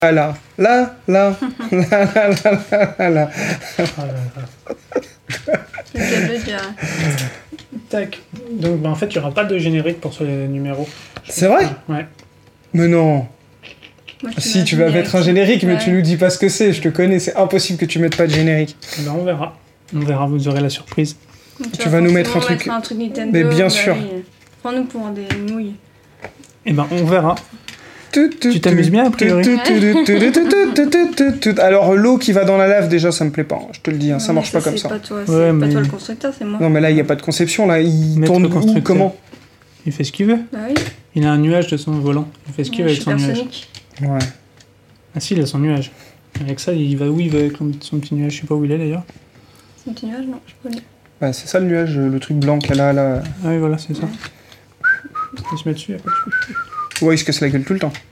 Ah là, là, là, là, là, là, là, là. C'est le cas de le dire. Tac. Donc en fait, il n'y aura pas de générique pour ce numéro. C'est vrai ? Ouais. Mais non. Moi, je Si, tu vas mettre un générique, mais Ouais. tu nous dis pas ce que c'est, je te connais, c'est impossible que tu mettes pas de générique. Ben, on verra. On verra, vous aurez la surprise. Tu vas nous mettre forcément un truc- Nintendo. Mais bien sûr. Oui. Prends-nous pour des nouilles. Eh ben, on verra. Tu t'amuses bien, a priori. Alors, l'eau qui va dans la lave, déjà, ça me plaît pas. Je te le dis, hein, ça marche pas comme C'est ça. pas toi, Ouais, c'est mais- pas toi le constructeur, c'est moi. Non, mais là, il n'y a pas de conception, là. Il Maître tourne où, constructeur. comment ? Il fait ce qu'il veut. Bah oui. Il a un nuage de son volant. Il fait ce qu'il veut avec son nuage. Supersonique. Ouais. Ah si, il a son nuage. Avec ça, il va où il veut avec son petit nuage. Je sais pas où il est d'ailleurs. C'est un petit nuage, non, je connais. Ouais, c'est ça le nuage, le truc blanc qu'il y a là. Ah oui, voilà, c'est ça. Il se met dessus, y a pas de souci. Ouais, il se casse la gueule tout le temps.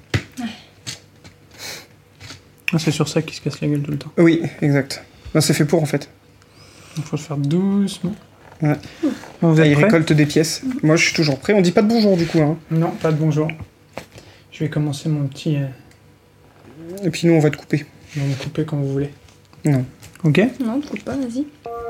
Ah, c'est sur ça qu'il se casse la gueule tout le temps. Oui, exact. Ben, c'est fait pour, en fait. Il faut le faire doucement. Ouais. Bon, vous Ah, êtes il prêts ? récolte des pièces. Moi, je suis toujours prêt. On dit pas de bonjour, du coup. Hein. Non, pas de bonjour. Je vais commencer mon petit... Et puis nous, on va te couper. Vous me coupez quand vous voulez. Non. Ok ? Non, coupe pas, vas-y.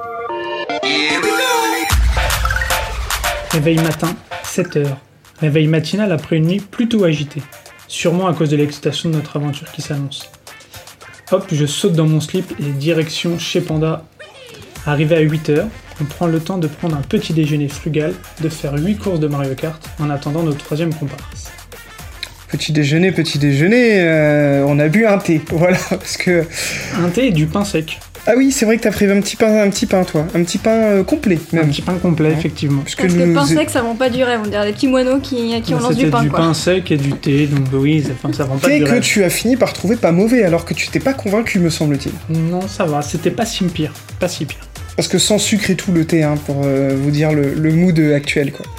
Réveil matin, 7h. Réveil matinal après une nuit plutôt agitée. Sûrement à cause de l'excitation de notre aventure qui s'annonce. Hop, je saute dans mon slip et direction chez Panda. Arrivé à 8h, on prend le temps de prendre un petit déjeuner frugal, de faire 8 courses de Mario Kart en attendant notre troisième comparse. Petit déjeuner, on a bu un thé. Voilà, parce que... Un thé et du pain sec. Ah oui, c'est vrai que t'as pris un petit pain, toi. Un petit pain complet, même. Un petit pain complet, Ouais. effectivement. Parce Parce que pain sec, ça vend pas du rêve. On dirait des petits moineaux à qui on lance C'était du pain, quoi. pain sec et du thé, donc oui, ça vend pas Thé du que rêve. tu as fini par trouver pas mauvais, alors que tu t'es pas convaincu, me semble-t-il. Non, ça va, c'était pas si pire. Pas si pire. Parce que sans sucre et tout, le thé, hein, pour vous dire le mood actuel, quoi.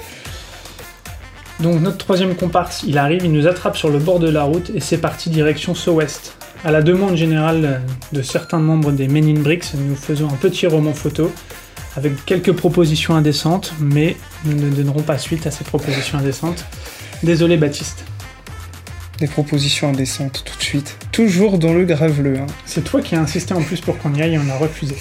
Donc notre troisième comparse, il arrive, il nous attrape sur le bord de la route et c'est parti direction SO-Ouest. À la demande générale de certains membres des Men in Bricks, nous faisons un petit roman photo avec quelques propositions indécentes, mais nous ne donnerons pas suite à ces propositions indécentes. Désolé Baptiste. Des propositions indécentes, tout de suite. Toujours dans le graveleux, hein. C'est toi qui as insisté en plus pour qu'on y aille et on a refusé.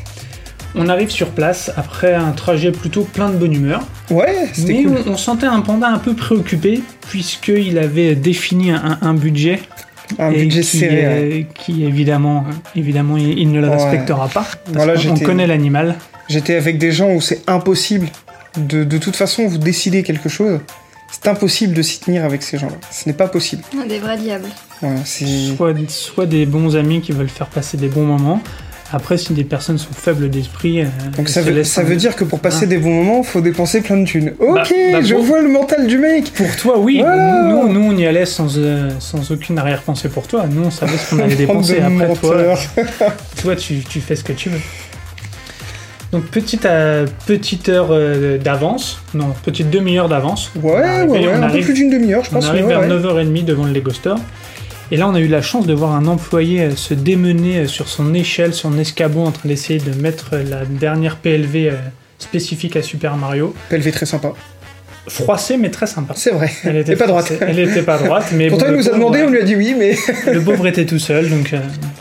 On arrive sur place après un trajet plutôt plein de bonne humeur. Ouais, c'était Mais cool. on sentait un panda un peu préoccupé puisqu'il avait défini un budget. Un et budget qui, serré, ouais. qui évidemment il ne le Ouais. respectera pas. Parce Voilà, qu'on connaît l'animal. J'étais avec des gens où c'est impossible. De toute façon, vous décidez quelque chose. C'est impossible de s'y tenir avec ces gens-là. Ce n'est pas possible. Des vrais diables. Voilà, c'est... Soit des bons amis qui veulent faire passer des bons moments. Après, si des personnes sont faibles d'esprit... Donc ça se veut, laissent ça veut dire que pour passer des bons moments, faut dépenser plein de thunes. Ok, je pour- vois le mental du mec. Pour toi, oui. Voilà. Nous, on y allait sans aucune arrière-pensée pour toi. Nous, on savait ce qu'on allait Bande dépenser. de Après, menteurs. toi, tu fais ce que tu veux. Donc, petite heure d'avance. Non, petite demi-heure d'avance. Ouais, un peu plus d'une demi-heure, je On pense. arrive mais vers ouais. 9h30 devant le Lego Store. Et là, on a eu la chance de voir un employé se démener sur son échelle, son escabeau, en train d'essayer de mettre la dernière PLV spécifique à Super Mario. PLV très sympa. Froissée, mais très sympa. C'est vrai. Elle était Et pas droite. froissée. Elle était pas droite, mais Pourtant, bon, il nous a demandé, on lui a dit oui, mais... le pauvre était tout seul, donc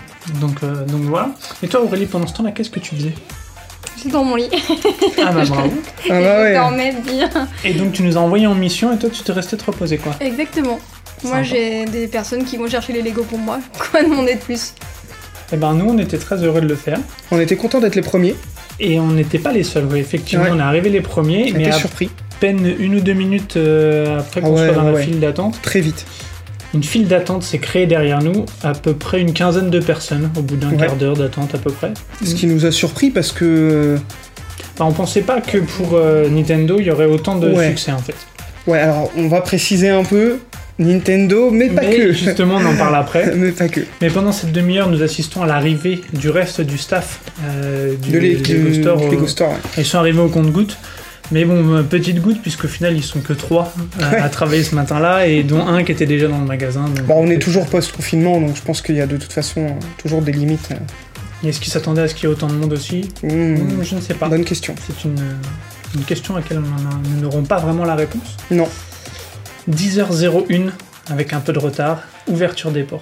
voilà. Et toi, Aurélie, pendant ce temps-là, qu'est-ce que tu faisais? J'étais dans mon lit. Ah bah bravo. Ah bah Je ouais. dormais bien. Et donc, tu nous as envoyé en mission, et toi, tu t'es resté te reposer, quoi. Exactement. Moi, Sympa. j'ai des personnes qui vont chercher les Lego pour moi. Quoi demander de plus? Et ben, nous, on était très heureux de le faire. On était contents d'être les premiers. Et on n'était pas les seuls, oui, effectivement, Ouais. on est arrivés les premiers, On mais était à surpris. peine 1 ou 2 minutes après qu'on Ah ouais, soit dans la ouais. file d'attente. Très vite. Une file d'attente s'est créée derrière nous, à peu près une quinzaine de personnes, au bout d'un Ouais. quart d'heure d'attente à peu près. Ce qui nous a surpris parce que... Enfin, on pensait pas que pour Nintendo, il y aurait autant de Ouais. succès en fait. Ouais, alors on va préciser un peu. Nintendo, mais pas Mais que. justement, on en parle après. Mais pas que. Mais pendant cette demi-heure, nous assistons à l'arrivée du reste du staff du Lego Store. Lego Store, ouais. Ils sont arrivés au compte-gouttes. Mais bon, petite goutte, puisqu'au final, ils sont que 3 à travailler ce matin-là, et dont un qui était déjà dans le magasin. Donc, Bon, on est toujours post-confinement, donc je pense qu'il y a de toute façon toujours des limites. Est-ce qu'ils s'attendaient à ce qu'il y ait autant de monde aussi Je ne sais pas. Bonne question. C'est une question à laquelle nous n'aurons pas vraiment la réponse. Non. 10h01, avec un peu de retard, ouverture des portes.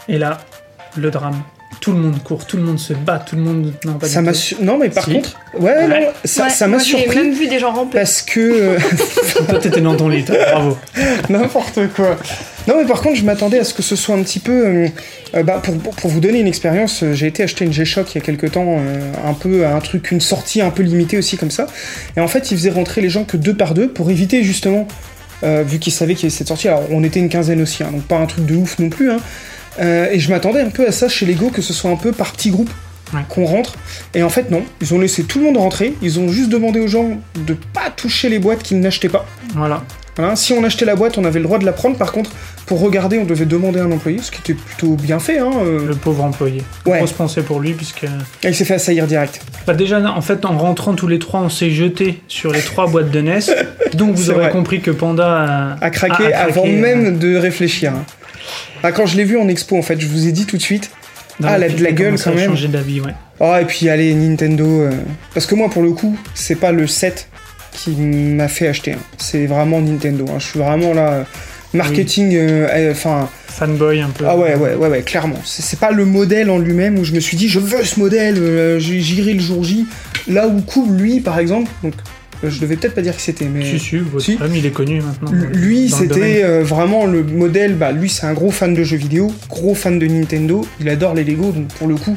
Et là, le drame. Tout le monde court, tout le monde se bat, tout le monde... Non, pas Ça du m'a tout. non, mais par Si. contre... Ouais, non, ça m'a moi, j'ai surpris. même vu des gens ramper. Parce que... Toi, t'étais dans ton lit, toi. Bravo. N'importe quoi. Non, mais par contre, je m'attendais à ce que ce soit un petit peu... pour vous donner une expérience, j'ai été acheter une G-Shock il y a quelques temps, une sortie un peu limitée aussi comme ça. Et en fait, ils faisaient rentrer les gens que 2 par 2 pour éviter justement, vu qu'ils savaient qu'il y avait cette sortie. Alors, on était une quinzaine aussi, hein, donc pas un truc de ouf non plus. Hein. Et je m'attendais un peu à ça chez Lego, que ce soit un peu par petits groupes. Ouais. Qu'on rentre, et en fait non, ils ont laissé tout le monde rentrer, ils ont juste demandé aux gens de pas toucher les boîtes qu'ils n'achetaient pas. Voilà. Voilà. Si on achetait la boîte, on avait le droit de la prendre, par contre, pour regarder, on devait demander à un employé, ce qui était plutôt bien fait. Hein, Le pauvre employé. Ouais. Grosse pensée pour lui, puisque... Et il s'est fait assaillir direct. Bah déjà, en fait, en rentrant tous les 3, on s'est jeté sur les 3 boîtes de NES. Donc vous C'est aurez vrai. compris que Panda A craqué avant même de réfléchir. Hein. Ah, quand je l'ai vu en expo, en fait, je vous ai dit tout de suite, Non, Ah, mais de la j'ai gueule, commencé quand à même. changer d'avis, ouais. oh, et puis allez, Nintendo... Parce que moi, pour le coup, c'est pas le 7 qui m'a fait acheter. Hein. C'est vraiment Nintendo. Hein. Je suis vraiment là... marketing... Enfin... Fanboy un peu. Ah ouais, clairement. C'est pas le modèle en lui-même où je me suis dit, je veux ce modèle, j'irai le jour J. Là où Cube, lui, par exemple... Donc, je devais peut-être pas dire qui c'était, mais... Si, votre Si. homme, il est connu maintenant. Lui, dans le c'était domaine. vraiment le modèle. Bah, lui, c'est un gros fan de jeux vidéo, gros fan de Nintendo. Il adore les Lego, donc pour le coup,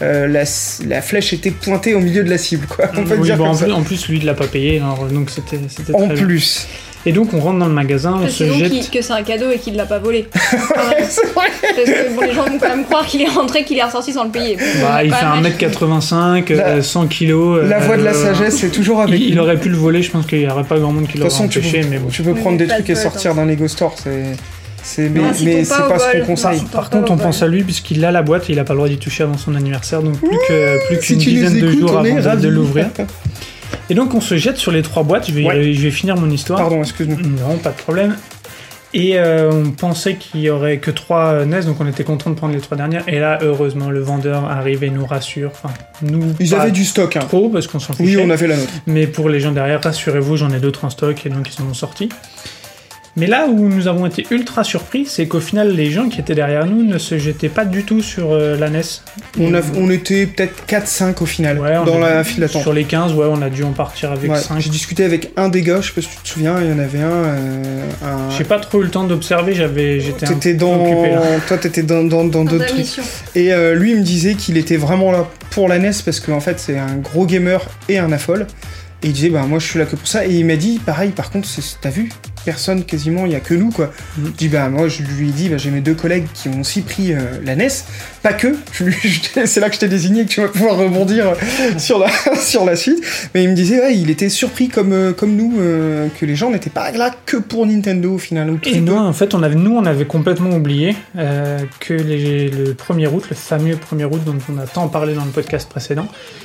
la flèche était pointée au milieu de la cible, quoi. On peut Oui, dire bon, comme ça. en plus, lui, il l'a pas payé, alors, donc c'était En très bien. plus. Et donc, on rentre dans le magasin, on se Précisons jette... que c'est un cadeau et qu'il l'a pas volé. Quand même. C'est vrai. Parce que bon, les gens vont quand même croire qu'il est rentré, qu'il est ressorti sans le payer. Bon, Bah, il fait quand même 1m85, La- 100 kilos... La voix de la sagesse, c'est toujours avec. Il aurait pu le voler, je pense qu'il y aurait pas grand monde qui De toute l'aurait façon, empêché, mais bon. tu peux Oui, prendre mais des pas trucs de et vol, sortir hein. d'un Lego Store. Mais N'incitons mais c'est pas au pas ce vol. qu'on conseille. Non. Par contre, on pense à lui puisqu'il a la boîte et il a pas le droit d'y toucher avant son anniversaire, donc plus Si qu'une tu les dizaine de écoutes, jours on est avant de ravis. l'ouvrir. Et donc on se jette sur les 3 boîtes, je vais finir mon histoire. Pardon, excuse-moi. Non, pas de problème. Et on pensait qu'il y aurait que 3 NES, donc on était content de prendre les 3 dernières. Et là, heureusement, le vendeur arrive et nous rassure. Enfin, nous, Ils pas avaient du stock. Hein. trop, parce qu'on s'en Oui, fichait. on avait la nôtre. Mais pour les gens derrière, rassurez-vous, j'en ai d'autres en stock, et donc ils sont sortis. Mais là où nous avons été ultra surpris, c'est qu'au final, les gens qui étaient derrière nous ne se jetaient pas du tout sur la NES. On était peut-être 4-5 au final, Ouais, on dans a- la file d'attente. Sur les 15, ouais, on a dû en partir avec Ouais, 5. j'ai discuté avec un des gars, je sais pas si tu te souviens, il y en avait un. J'ai pas trop eu le temps d'observer, j'étais un T'étais peu occupé là. toi, t'étais dans Dans d'autres ta trucs. mission. Et lui, il me disait qu'il était vraiment là pour la NES parce qu'en fait, c'est un gros gamer et un affole. Et il disait, bah moi, je suis là que pour ça. Et il m'a dit, pareil, par contre, t'as vu, personne quasiment, il y a que nous, quoi. Mhm. Je dis, bah moi, je lui ai dit, bah j'ai mes 2 collègues qui ont aussi pris la NES, pas que. C'est là que je t'ai désigné, que tu vas pouvoir rebondir sur la suite. Mais il me disait, ouais, il était surpris comme nous, que les gens n'étaient pas là que pour Nintendo au final. Ou Et très peu. non, en fait, on avait complètement oublié que le 1er août, le fameux 1er août dont on a tant parlé dans le podcast précédent,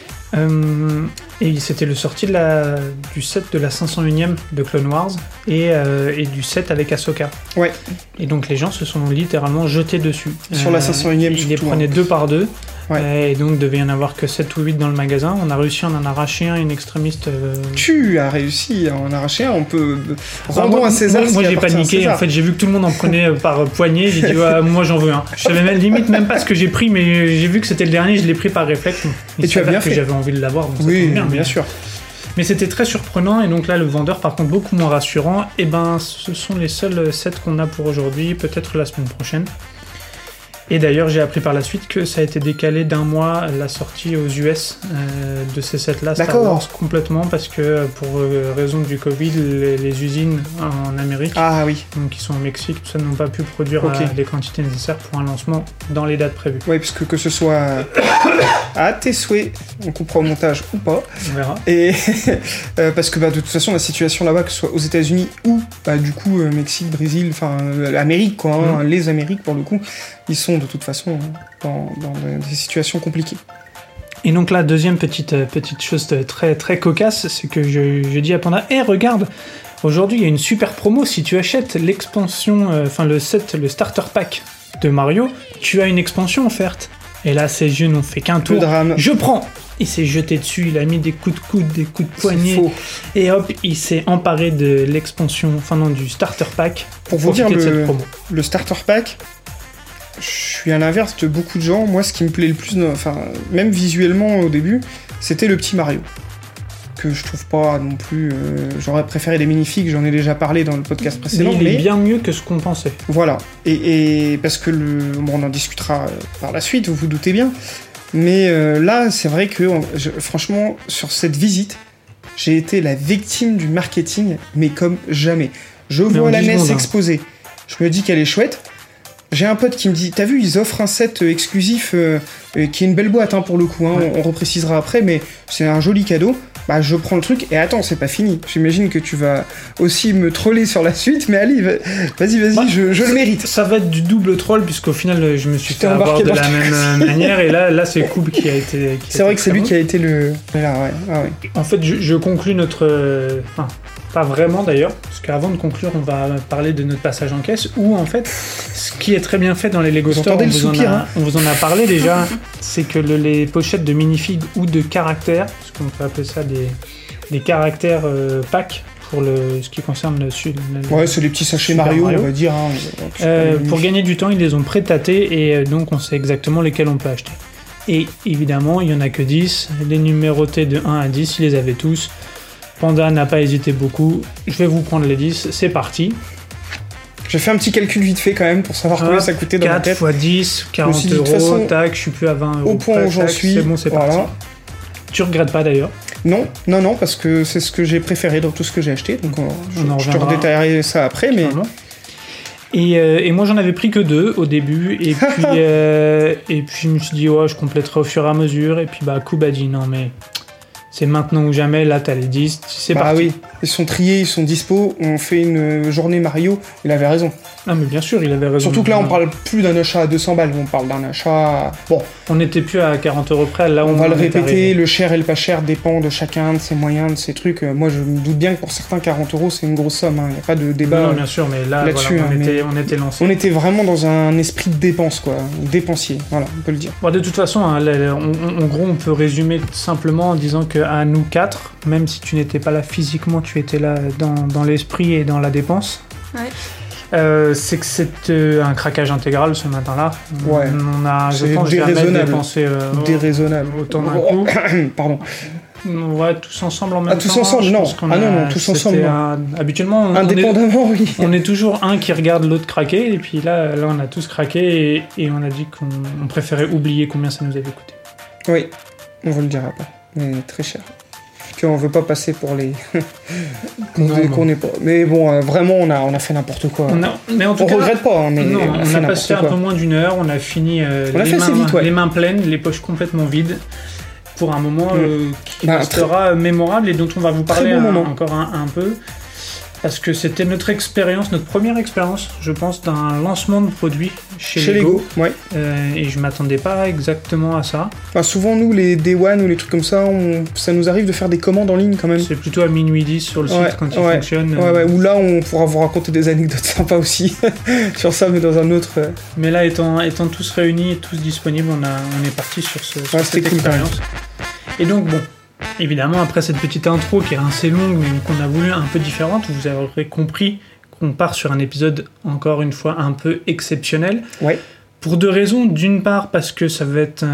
et c'était le sorti du set de la 501ème de Clone Wars et du set avec Ahsoka. Ouais. Et donc les gens se sont littéralement jetés dessus. Sur la 501ème Ils les surtout, prenaient 2 par 2. Ouais. Et donc il devait y en avoir que 7 ou 8 dans le magasin. On a réussi à en arracher un, une extrémiste. Tu as réussi à en arracher un, on peut... Enfin, Rendons à César Moi ce qui j'ai appartient à paniqué, César. en fait j'ai vu que tout le monde en prenait par poignée, j'ai dit ouais, moi j'en veux un. Je savais même limite même pas ce que j'ai pris, mais j'ai vu que c'était le dernier, je l'ai pris par réflexe. Il Et tu as s'avère bien que fait. j'avais envie de l'avoir, donc ça Oui, tombe bien mais- sûr. Mais c'était très surprenant, et donc là le vendeur par contre beaucoup moins rassurant. Et ben ce sont les seuls sets qu'on a pour aujourd'hui, peut-être la semaine prochaine. Et d'ailleurs, j'ai appris par la suite que ça a été décalé d'1 mois la sortie aux US de ces sets-là, Star D'accord. Wars, complètement, parce que pour raison du Covid, les usines en Amérique, Ah oui, donc qui sont au Mexique, tout ça, n'ont pas pu produire Ok. les quantités nécessaires pour un lancement dans les dates prévues. ouais, parce que ce soit à tes souhaits, on coupera au montage ou pas, On verra. et parce que bah, de toute façon la situation là-bas, que ce soit aux États-Unis ou bah, du coup Mexique, Brésil, enfin l'Amérique quoi, hein, les Amériques pour le coup, ils sont de toute façon dans des situations compliquées. Et donc là, deuxième petite chose très, très cocasse, c'est que je dis à Panda, regarde, aujourd'hui il y a une super promo, si tu achètes l'expansion, le starter pack de Mario, tu as une expansion offerte. Et là, ses yeux n'ont fait qu'un Le tour. drame, Je prends. Il s'est jeté dessus, il a mis des coups de coude, des coups de c'est poignet, faux. et hop, il s'est emparé de l'expansion, du starter pack Pour vous dire profiter de cette le promo. starter pack, je suis à l'inverse de beaucoup de gens. Moi, ce qui me plaît le plus, enfin, même visuellement au début, c'était le petit Mario. Que je trouve pas non plus... j'aurais préféré les minifigs, j'en ai déjà parlé dans le podcast précédent. Mais il est bien mieux que ce qu'on pensait. Voilà. Et parce que bon, on en discutera par la suite, vous vous doutez bien. Mais là, c'est vrai que, franchement, sur cette visite, j'ai été la victime du marketing, mais comme jamais. Je vois la NES exposée. Je me dis qu'elle est chouette. J'ai un pote qui me dit, t'as vu, ils offrent un set exclusif qui est une belle boîte pour le coup. On reprécisera après, mais c'est un joli cadeau. Bah, je prends le truc et attends, c'est pas fini. J'imagine que tu vas aussi me troller sur la suite, mais allez, vas-y, je le mérite. Ça va être du double troll, puisqu'au final, je me suis fait avoir de la même manière, et là c'est Koub qui a été. C'est vrai que c'est lui qui a été le. Là, ouais. En fait, je conclus notre. Enfin, pas vraiment d'ailleurs, parce qu'avant de conclure, on va parler de notre passage en caisse, où en fait, ce qui est très bien fait dans les Lego Store, on vous en a parlé déjà, c'est que les pochettes de minifigs ou de caractères, parce qu'on peut appeler ça des caractères packs, pour ce qui concerne le ouais, c'est les petits sachets Mario, on va dire. Pour gagner du temps, ils les ont pré-tâtés, et donc on sait exactement lesquels on peut acheter. Et évidemment, il n'y en a que 10, les numérotés de 1 à 10, ils les avaient tous. Panda n'a pas hésité beaucoup, je vais vous prendre les 10, c'est parti. J'ai fait un petit calcul vite fait quand même pour savoir combien ça coûtait dans ma tête. 4 x 10, 40 €, façon, tac, je suis plus à 20 €. Au point où j'en suis, c'est bon, c'est parti. Tu regrettes pas d'ailleurs? Non, parce que c'est ce que j'ai préféré dans tout ce que j'ai acheté, donc je te redétaillerai ça après, mais... Et moi j'en avais pris que 2 au début, et puis je me suis dit ouais, je compléterai au fur et à mesure, et puis Koub a dit non mais c'est maintenant ou jamais, là t'as les 10, c'est parti. Ah oui, ils sont triés, ils sont dispo, on fait une journée Mario, il avait raison. Ah mais bien sûr, il avait raison. Surtout que là on parle plus d'un achat à 200 balles, on parle d'un achat... Bon. On n'était plus à 40 € près, là on va le répéter, le cher et le pas cher dépend de chacun, de ses moyens, de ses trucs. Moi je me doute bien que pour certains 40 € c'est une grosse somme, il n'y a pas de débat. Non, bien sûr, mais là là-dessus, voilà, on était lancé. On était vraiment dans un esprit de dépense, quoi, dépensier, voilà, on peut le dire. Bon, de toute façon, en gros on peut résumer simplement en disant qu'à nous 4, même si tu n'étais pas là physiquement, tu étais là dans l'esprit et dans la dépense. Ouais. C'est que c'est un craquage intégral ce matin-là. Ouais. On a, je pense, jamais dépensé déraisonnable. Autant d'un coup. Pardon. Ouais, tous ensemble en même temps. Tous ensemble, non. Non, tous ensemble. Habituellement, indépendamment, oui. On est toujours un qui regarde l'autre craquer, et puis là, on a tous craqué, et on a dit qu'on préférait oublier combien ça nous avait coûté. Oui, on vous le dira pas, mais très cher. Puis on veut pas passer pour les qu'on n'est pas. Mais bon, vraiment, on a fait n'importe quoi. Mais en tout cas, regrette pas. On a passé un peu moins d'une heure. On a fini les mains pleines, les poches complètement vides, pour un moment qui restera mémorable et dont on va vous parler encore un peu. Parce que c'était notre première expérience, je pense, d'un lancement de produit chez Lego. Ouais. Et je m'attendais pas exactement à ça. Enfin, souvent, nous, les Day One ou les trucs comme ça, ça nous arrive de faire des commandes en ligne quand même. C'est plutôt à minuit 10 sur le site quand il fonctionne. Ouais, où là, on pourra vous raconter des anecdotes sympas aussi sur ça, mais dans un autre... Mais là, étant tous réunis et tous disponibles, on est parti sur cette expérience. Et donc, bon... Évidemment, après cette petite intro qui est assez longue, mais qu'on a voulu un peu différente, vous aurez compris qu'on part sur un épisode, encore une fois, un peu exceptionnel. Ouais. Pour 2 raisons. D'une part, parce que ça va être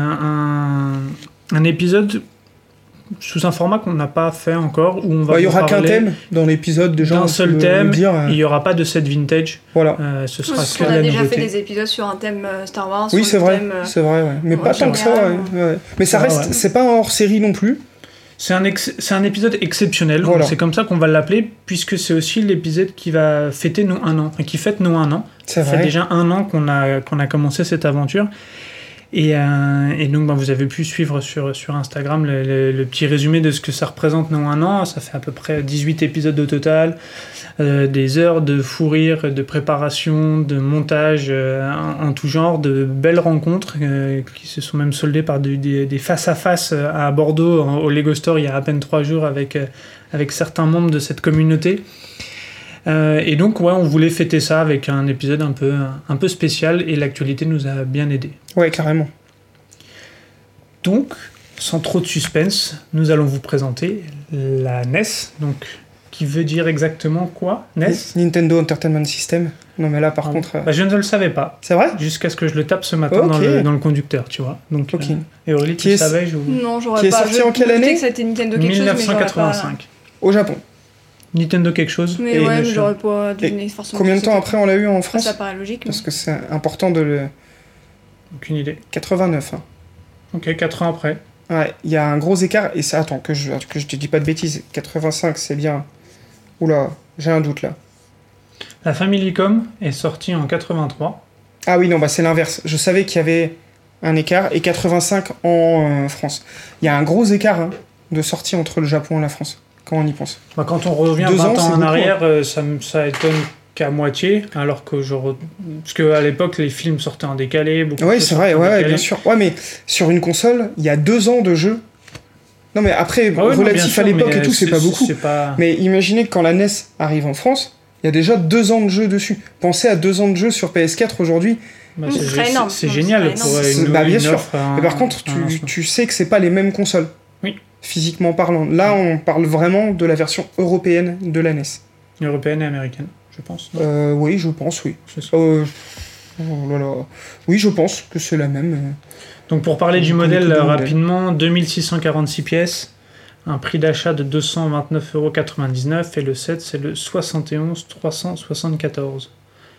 un épisode sous un format qu'on n'a pas fait encore, où on va il y aura qu'un thème dans l'épisode déjà. D'un seul thème, il n'y aura pas de set vintage. Voilà. Ce sera on a déjà fait des épisodes sur un thème Star Wars. Oui, c'est vrai, ouais. Mais pas tant que ça. Ouais. Mais ça reste, c'est pas un hors-série non plus. C'est un épisode exceptionnel, voilà. C'est comme ça qu'on va l'appeler, puisque c'est aussi l'épisode qui va fêter nos 1 an, qui fête nos 1 an. C'est vrai. Ça fait déjà 1 an qu'on a commencé cette aventure. Et donc vous avez pu suivre sur Instagram le petit résumé de ce que ça représente nos 1 an. Ça fait à peu près 18 épisodes au total, des heures de fou rire, de préparation, de montage en tout genre, de belles rencontres qui se sont même soldées par des face-à-face à Bordeaux au Lego Store il y a à peine 3 jours avec certains membres de cette communauté. Et donc on voulait fêter ça avec un épisode un peu spécial, et l'actualité nous a bien aidés. Ouais, carrément. Donc, sans trop de suspense, nous allons vous présenter la NES, donc qui veut dire exactement quoi? NES? Nintendo Entertainment System. Non, mais là, par contre... Bah, je ne le savais pas. C'est vrai? Jusqu'à ce que je le tape ce matin dans le conducteur, tu vois. Donc, Ok. Et Aurélie, tu savais? Non, j'aurais Qui est pas. sorti en quelle année? Que ça a été Nintendo quelque chose, mais j'aurais 1985. Au Japon. Nintendo quelque chose. Mais Et ouais, mais le j'aurais pas deviné forcément. Combien de que temps c'était. après on l'a eu en Après, France? ça paraît logique. Parce que c'est important de le... Aucune idée. 89, hein. Ok, 4 ans après. Ouais, il y a un gros écart, et ça, attends, que je te dis pas de bêtises, 85, c'est bien... Oula, j'ai un doute là. La Famicom est sortie en 83. Ah oui, non, bah c'est l'inverse. Je savais qu'il y avait un écart, et 85 en France. Il y a un gros écart hein, de sortie entre le Japon et la France, quand on y pense. Bah, quand on revient 2 20 ans, ans c'est en beaucoup, arrière, ça étonne qu'à moitié, alors que parce qu'à l'époque, les films sortaient en décalé. Oui, c'est vrai, ouais, bien sûr. Ouais, mais sur une console, il y a 2 ans de jeu. Non, mais après, Ah ouais, non, bien relatif sûr, à l'époque mais et tout, c'est pas beaucoup. Pas... Mais imaginez que quand la NES arrive en France, il y a déjà 2 ans de jeu dessus. Pensez à 2 ans de jeu sur PS4 aujourd'hui. Bah, Ce serait énorme. C'est Non, génial ce pour serait une, Bah, bien une sûr. offre. Mais par contre, tu sais que c'est pas les mêmes consoles. Oui. Physiquement parlant. Là, on parle vraiment de la version européenne de la NES. Européenne et américaine, je pense. Non Oui, je pense, oui. Je sais. Oh là là. Oui, je pense que c'est la même. Donc pour parler du On modèle connaît tous les rapidement, 2646 pièces, un prix d'achat de 229,99€ et le set c'est le 71 374.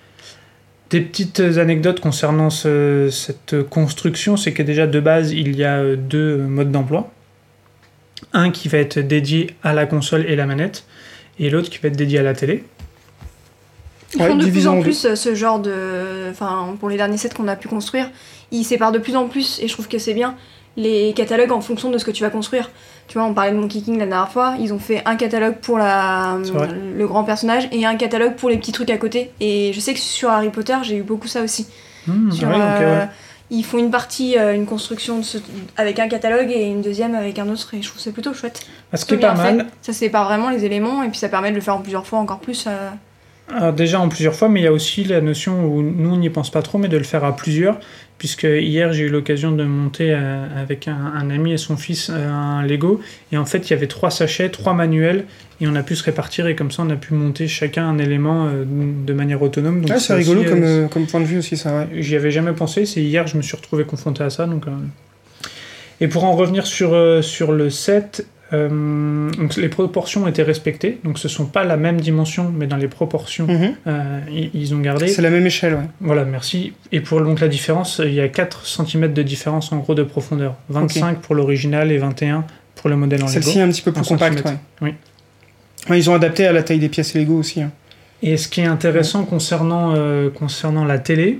Des petites anecdotes concernant cette construction, c'est que déjà de base il y a 2 modes d'emploi. Un qui va être dédié à la console et la manette, et l'autre qui va être dédié à la télé. Ils font de plus en plus ce genre de... Enfin, pour les derniers sets qu'on a pu construire, ils séparent de plus en plus, et je trouve que c'est bien, les catalogues en fonction de ce que tu vas construire. Tu vois, on parlait de Monkey King la dernière fois, ils ont fait un catalogue pour le grand personnage et un catalogue pour les petits trucs à côté. Et je sais que sur Harry Potter, j'ai eu beaucoup ça aussi. Ouais. Ils font une partie, une construction avec un catalogue et une deuxième avec un autre, et je trouve que c'est plutôt chouette. Ce qui est pas mal. Ça sépare vraiment les éléments, et puis ça permet de le faire en plusieurs fois encore plus. Alors déjà en plusieurs fois, mais il y a aussi la notion où nous on n'y pense pas trop, mais de le faire à plusieurs, puisque hier j'ai eu l'occasion de monter avec un ami et son fils un Lego, et en fait il y avait 3 sachets, 3 manuels, et on a pu se répartir, et comme ça on a pu monter chacun un élément de manière autonome. Donc c'est rigolo aussi, comme point de vue aussi, ça, ouais. J'y avais jamais pensé, c'est hier je me suis retrouvé confronté à ça. Donc, Et pour en revenir sur le set, donc les proportions étaient respectées, donc ce sont pas la même dimension, mais dans les proportions, ils ont gardé. C'est la même échelle, ouais. Voilà, merci. Et pour donc la différence, il y a 4 cm de différence en gros de profondeur. 25 pour l'original et 21 pour le modèle en Lego. Celle-ci est un petit peu plus compacte, ouais. Oui. Ouais, ils ont adapté à la taille des pièces Lego aussi. Hein. Et ce qui est intéressant concernant la télé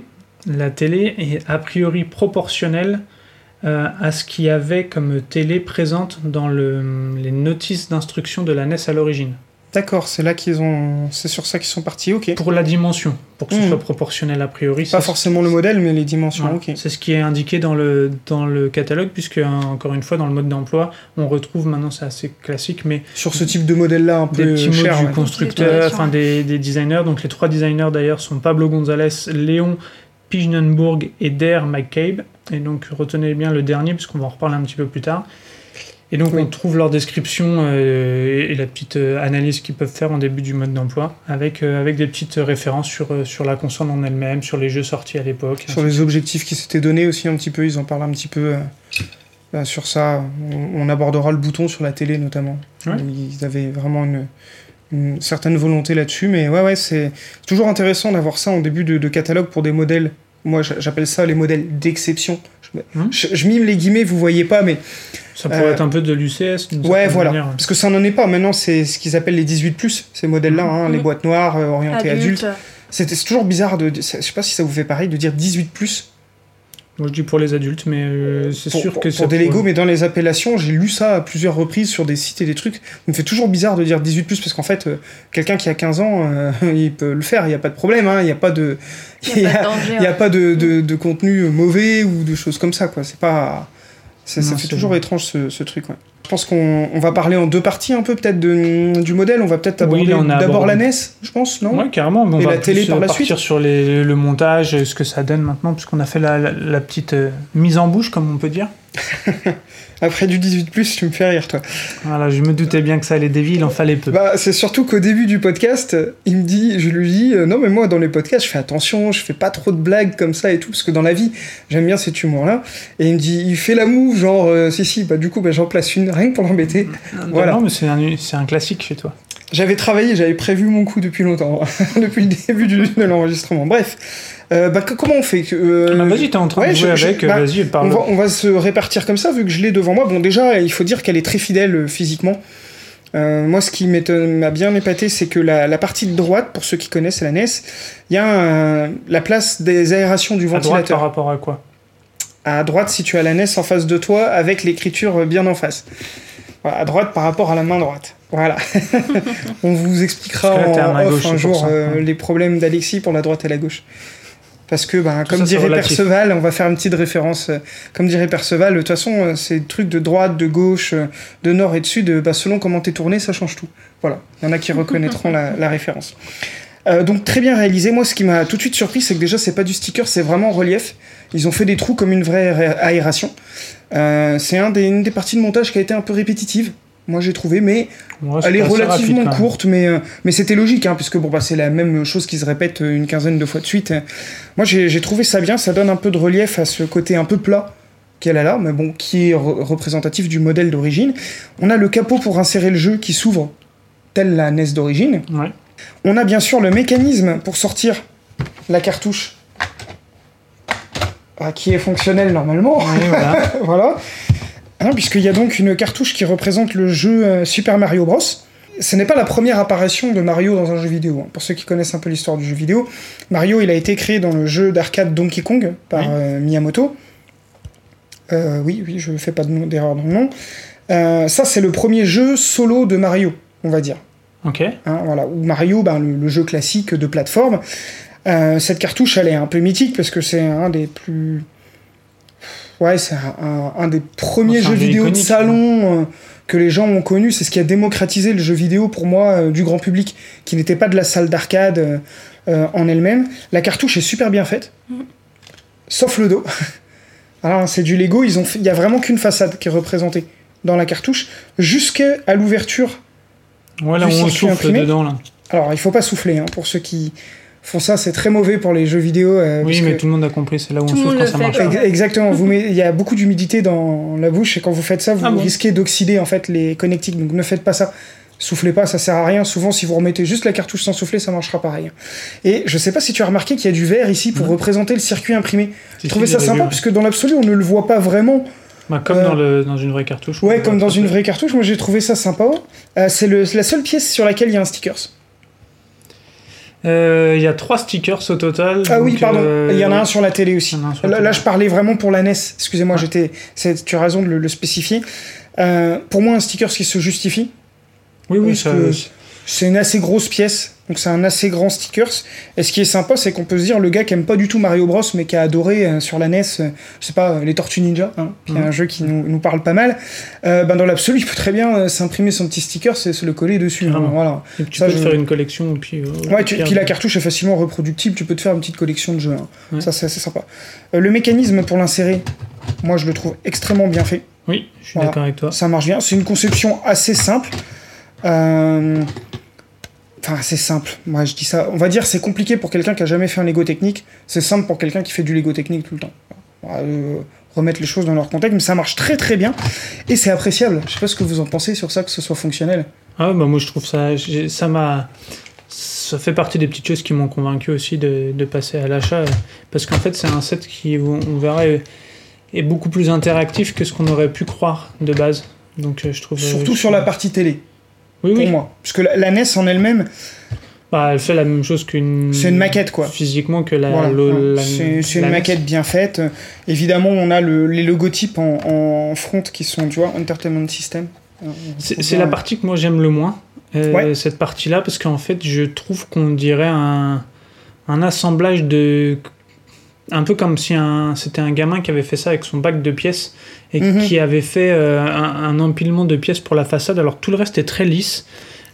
est a priori proportionnelle à ce qu'il y avait comme télé présente dans les notices d'instruction de la NES à l'origine. D'accord, c'est sur ça qu'ils sont partis, ok. Pour la dimension, pour que ce soit proportionnel a priori. Pas forcément le modèle, mais les dimensions, voilà. ok. C'est ce qui est indiqué dans le catalogue, puisque, encore une fois, dans le mode d'emploi, on retrouve, maintenant c'est assez classique, mais... Sur ce type de modèle-là, un peu des petits cher, mots du constructeur, enfin des designers. Donc les 3 designers d'ailleurs sont Pablo González, Léon Pignenbourg et Der McCabe. Et donc retenez bien le dernier, puisqu'on va en reparler un petit peu plus tard. Et donc on trouve leur description et la petite analyse qu'ils peuvent faire en début du mode d'emploi, avec des petites références sur la console en elle-même, sur les jeux sortis à l'époque. Sur les objectifs qui s'étaient donnés aussi un petit peu, ils en parlent un petit peu sur ça. On abordera le bouton sur la télé notamment. Ouais. Ils avaient vraiment une certaine volonté là-dessus, mais ouais, c'est toujours intéressant d'avoir ça en début de catalogue pour des modèles. Moi, j'appelle ça les modèles d'exception. Je mime les guillemets, vous voyez pas, mais... Ça pourrait être un peu de l'UCS. Ouais, voilà. Manière. Parce que ça n'en est pas. Maintenant, c'est ce qu'ils appellent les 18+, ces modèles-là, les boîtes noires, orientées adultes. C'est toujours bizarre de... Je sais pas si ça vous fait pareil de dire 18+. Moi, je dis pour les adultes, mais c'est sûr que... Pour des Lego, mais dans les appellations, j'ai lu ça à plusieurs reprises sur des sites et des trucs. Ça me fait toujours bizarre de dire 18+, parce qu'en fait, quelqu'un qui a 15 ans, il peut le faire, il n'y a pas de problème, il n'y a pas de... Il n'y a pas de contenu mauvais ou de choses comme ça, quoi. C'est pas... Ça fait toujours étrange, ce truc, ouais. Je pense qu'on va parler en deux parties un peu peut-être du modèle. On va peut-être aborder d'abord la NES, je pense, non ? Oui, carrément. On et va la télé par la suite. Partir sur le montage, ce que ça donne maintenant, puisqu'on a fait la petite mise en bouche, comme on peut dire. Après du 18+, tu me fais rire, toi. Voilà, je me doutais bien que ça allait dévier, il en fallait peu. Bah, c'est surtout qu'au début du podcast, je lui dis, non mais moi dans les podcasts, je fais attention, je fais pas trop de blagues comme ça et tout, parce que dans la vie, j'aime bien cet humour-là. Et il me dit, il fait la move, genre, si, bah du coup, j'en place une, rien que pour l'embêter. Voilà. Non, mais c'est un classique chez toi. J'avais prévu mon coup depuis longtemps, depuis le début de l'enregistrement. Bref. Comment on fait vas-y, t'es en train de jouer avec, vas-y, parle. On va se répartir comme ça, vu que je l'ai devant moi. Bon, déjà, il faut dire qu'elle est très fidèle physiquement. Moi, ce qui m'a bien épaté, c'est que la partie de droite, pour ceux qui connaissent la NES, il y a la place des aérations du ventilateur. À droite par rapport à quoi ? À droite, si tu as la NES en face de toi, avec l'écriture bien en face. Voilà, à droite par rapport à la main droite. Voilà. On vous expliquera en off un jour les problèmes d'Alexis pour la droite et la gauche. Parce que, comme dirait Perceval, on va faire une petite référence. Comme dirait Perceval, de toute façon, ces trucs de droite, de gauche, de nord et de sud, selon comment t'es tourné, ça change tout. Voilà. Il y en a qui reconnaîtront la référence. Donc, très bien réalisé. Moi, ce qui m'a tout de suite surpris, c'est que déjà, c'est pas du sticker, c'est vraiment en relief. Ils ont fait des trous comme une vraie aération. C'est une des parties de montage qui a été un peu répétitive. Moi j'ai trouvé, mais elle est relativement courte, mais c'était logique, hein, puisque c'est la même chose qui se répète une quinzaine de fois de suite. Moi j'ai trouvé ça bien, ça donne un peu de relief à ce côté un peu plat qu'elle a là, mais bon, qui est représentatif du modèle d'origine. On a le capot pour insérer le jeu qui s'ouvre, telle la NES d'origine. Ouais. On a bien sûr le mécanisme pour sortir la cartouche, qui est fonctionnel normalement. Ouais, voilà. Voilà. Puisqu'il y a donc une cartouche qui représente le jeu Super Mario Bros. Ce n'est pas la première apparition de Mario dans un jeu vidéo. Hein. Pour ceux qui connaissent un peu l'histoire du jeu vidéo, Mario, il a été créé dans le jeu d'arcade Donkey Kong par Miyamoto. Oui, je fais pas d'erreur dans le nom. Ça, c'est le premier jeu solo de Mario, on va dire. Ok. Voilà, où Mario, le jeu classique de plateforme. Cette cartouche, elle est un peu mythique parce que c'est un des plus... Ouais, c'est un des premiers jeux vidéo de salon que les gens ont connu. C'est ce qui a démocratisé le jeu vidéo pour moi du grand public, qui n'était pas de la salle d'arcade en elle-même. La cartouche est super bien faite, sauf le dos. Alors, c'est du Lego, il y a vraiment qu'une façade qui est représentée dans la cartouche, jusqu'à l'ouverture. Voilà, on souffle dedans là. Alors, il faut pas souffler, hein, pour ceux qui font ça, c'est très mauvais pour les jeux vidéo. Oui, mais tout le monde a compris, c'est là où on souffle quand ça marche. Exactement, il y a beaucoup d'humidité dans la bouche et quand vous faites ça, vous risquez d'oxyder en fait les connectiques, donc ne faites pas ça. Soufflez pas, ça sert à rien. Souvent, si vous remettez juste la cartouche sans souffler, ça marchera pareil. Et je sais pas si tu as remarqué qu'il y a du verre ici pour représenter le circuit imprimé. J'ai trouvé ça sympa, puisque dans l'absolu, on ne le voit pas vraiment. Comme dans une vraie cartouche. Ouais, comme dans une vraie cartouche. Moi, j'ai trouvé ça sympa. C'est la seule pièce sur laquelle il y a un stickers. Il y a 3 stickers au total. Ah donc, oui, pardon. Il y en a un sur la télé aussi. Là, je parlais vraiment pour la NES. Excusez-moi, tu as raison de le spécifier. Pour moi, un sticker qui se justifie. Oui, c'est une assez grosse pièce, donc c'est un assez grand stickers. Et ce qui est sympa, c'est qu'on peut se dire, le gars qui aime pas du tout Mario Bros, mais qui a adoré sur la NES, je sais pas, les Tortues Ninja, qui est un jeu qui nous parle pas mal, dans l'absolu, il peut très bien s'imprimer son petit sticker et se le coller dessus. Voilà. Et tu peux te faire une collection. Puis la cartouche est facilement reproductible, tu peux te faire une petite collection de jeux. Ça, c'est assez sympa. Le mécanisme pour l'insérer, moi, je le trouve extrêmement bien fait. Oui, je suis d'accord avec toi. Ça marche bien. C'est une conception assez simple. C'est simple. Moi, je dis ça. On va dire c'est compliqué pour quelqu'un qui a jamais fait un Lego technique. C'est simple pour quelqu'un qui fait du Lego technique tout le temps. Remettre les choses dans leur contexte, mais ça marche très très bien et c'est appréciable. Je sais pas ce que vous en pensez sur ça, que ce soit fonctionnel. Moi je trouve ça fait partie des petites choses qui m'ont convaincu aussi de passer à l'achat, parce qu'en fait c'est un set qui, on verra, est beaucoup plus interactif que ce qu'on aurait pu croire de base. Donc je trouve surtout sur la partie télé. Oui. Moi, parce que la NES en elle-même, elle fait la même chose qu'une. C'est une maquette, quoi. Physiquement que c'est une maquette bien faite. Évidemment, on a les logotypes en front qui sont, tu vois, Entertainment System. C'est la partie que moi j'aime le moins, cette partie-là, parce qu'en fait, je trouve qu'on dirait un assemblage de un peu comme si c'était un gamin qui avait fait ça avec son bac de pièces et qui avait fait un empilement de pièces pour la façade, alors tout le reste est très lisse.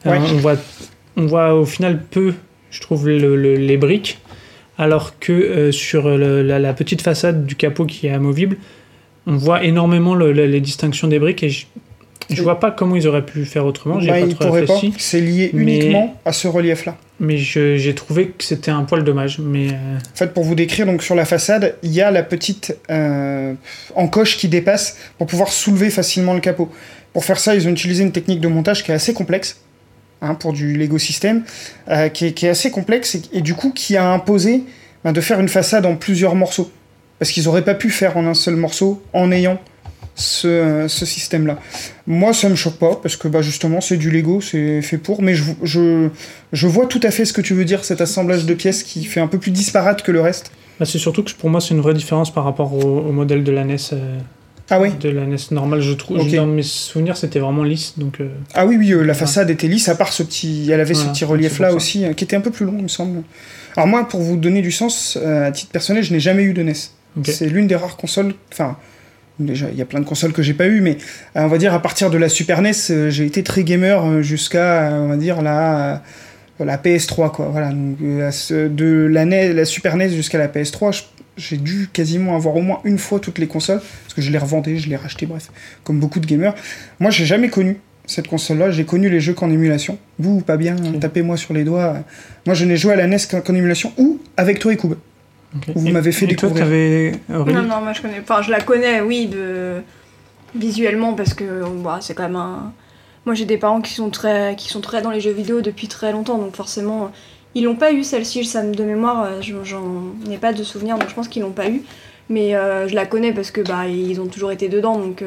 On voit au final peu, je trouve, les briques, alors que sur la petite façade du capot qui est amovible, on voit énormément les distinctions des briques et je vois pas comment ils auraient pu faire autrement. J'ai pas trop réfléchi. C'est lié uniquement à ce relief-là. Mais j'ai trouvé que c'était un poil dommage. Mais En fait, pour vous décrire, donc sur la façade, il y a la petite encoche qui dépasse pour pouvoir soulever facilement le capot. Pour faire ça, ils ont utilisé une technique de montage qui est assez complexe, pour du Lego System, qui est assez complexe et du coup qui a imposé de faire une façade en plusieurs morceaux. Parce qu'ils n'auraient pas pu faire en un seul morceau en ayant ce système-là. Moi, ça me choque pas, parce que justement, c'est du Lego, c'est fait pour, mais je vois tout à fait ce que tu veux dire, cet assemblage de pièces qui fait un peu plus disparate que le reste. C'est surtout que pour moi, c'est une vraie différence par rapport au modèle de la NES. Ah oui. De la NES normale, je trouve. Okay. Dans mes souvenirs, c'était vraiment lisse. Donc, Ah oui, la façade était lisse, à part ce petit... Elle avait ce petit relief-là aussi, qui était un peu plus long, il me semble. Alors moi, pour vous donner du sens, à titre personnel, je n'ai jamais eu de NES. Okay. C'est l'une des rares consoles... Enfin, déjà, il y a plein de consoles que j'ai pas eu, mais on va dire, à partir de la Super NES, j'ai été très gamer jusqu'à, on va dire, la PS3, quoi. Voilà, donc, de la Super NES jusqu'à la PS3, j'ai dû quasiment avoir au moins une fois toutes les consoles, parce que je les revendais, je les rachetais, bref, comme beaucoup de gamers. Moi, j'ai jamais connu cette console-là, j'ai connu les jeux qu'en émulation. Vous, pas bien, tapez-moi sur les doigts. Moi, je n'ai joué à la NES qu'en émulation, ou avec toi et Koub. Okay. Vous m'avez fait découvrir. Non, moi je connais pas. Je la connais, oui, visuellement, parce que c'est quand même un... Moi, j'ai des parents qui sont très dans les jeux vidéo depuis très longtemps, donc forcément... Ils l'ont pas eu celle-ci, de mémoire, j'en ai pas de souvenir, donc je pense qu'ils l'ont pas eu. Mais je la connais parce que ils ont toujours été dedans, donc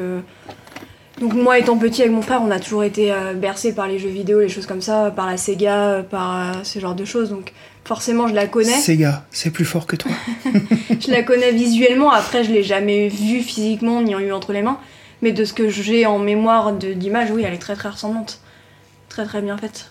moi étant petit avec mon frère, on a toujours été bercés par les jeux vidéo, les choses comme ça, par la Sega, par ce genre de choses, donc forcément je la connais. Sega, c'est plus fort que toi. Je la connais visuellement, après je l'ai jamais vue physiquement, ni en eu entre les mains, mais de ce que j'ai en mémoire d'image, oui, elle est très très ressemblante. Très très bien faite.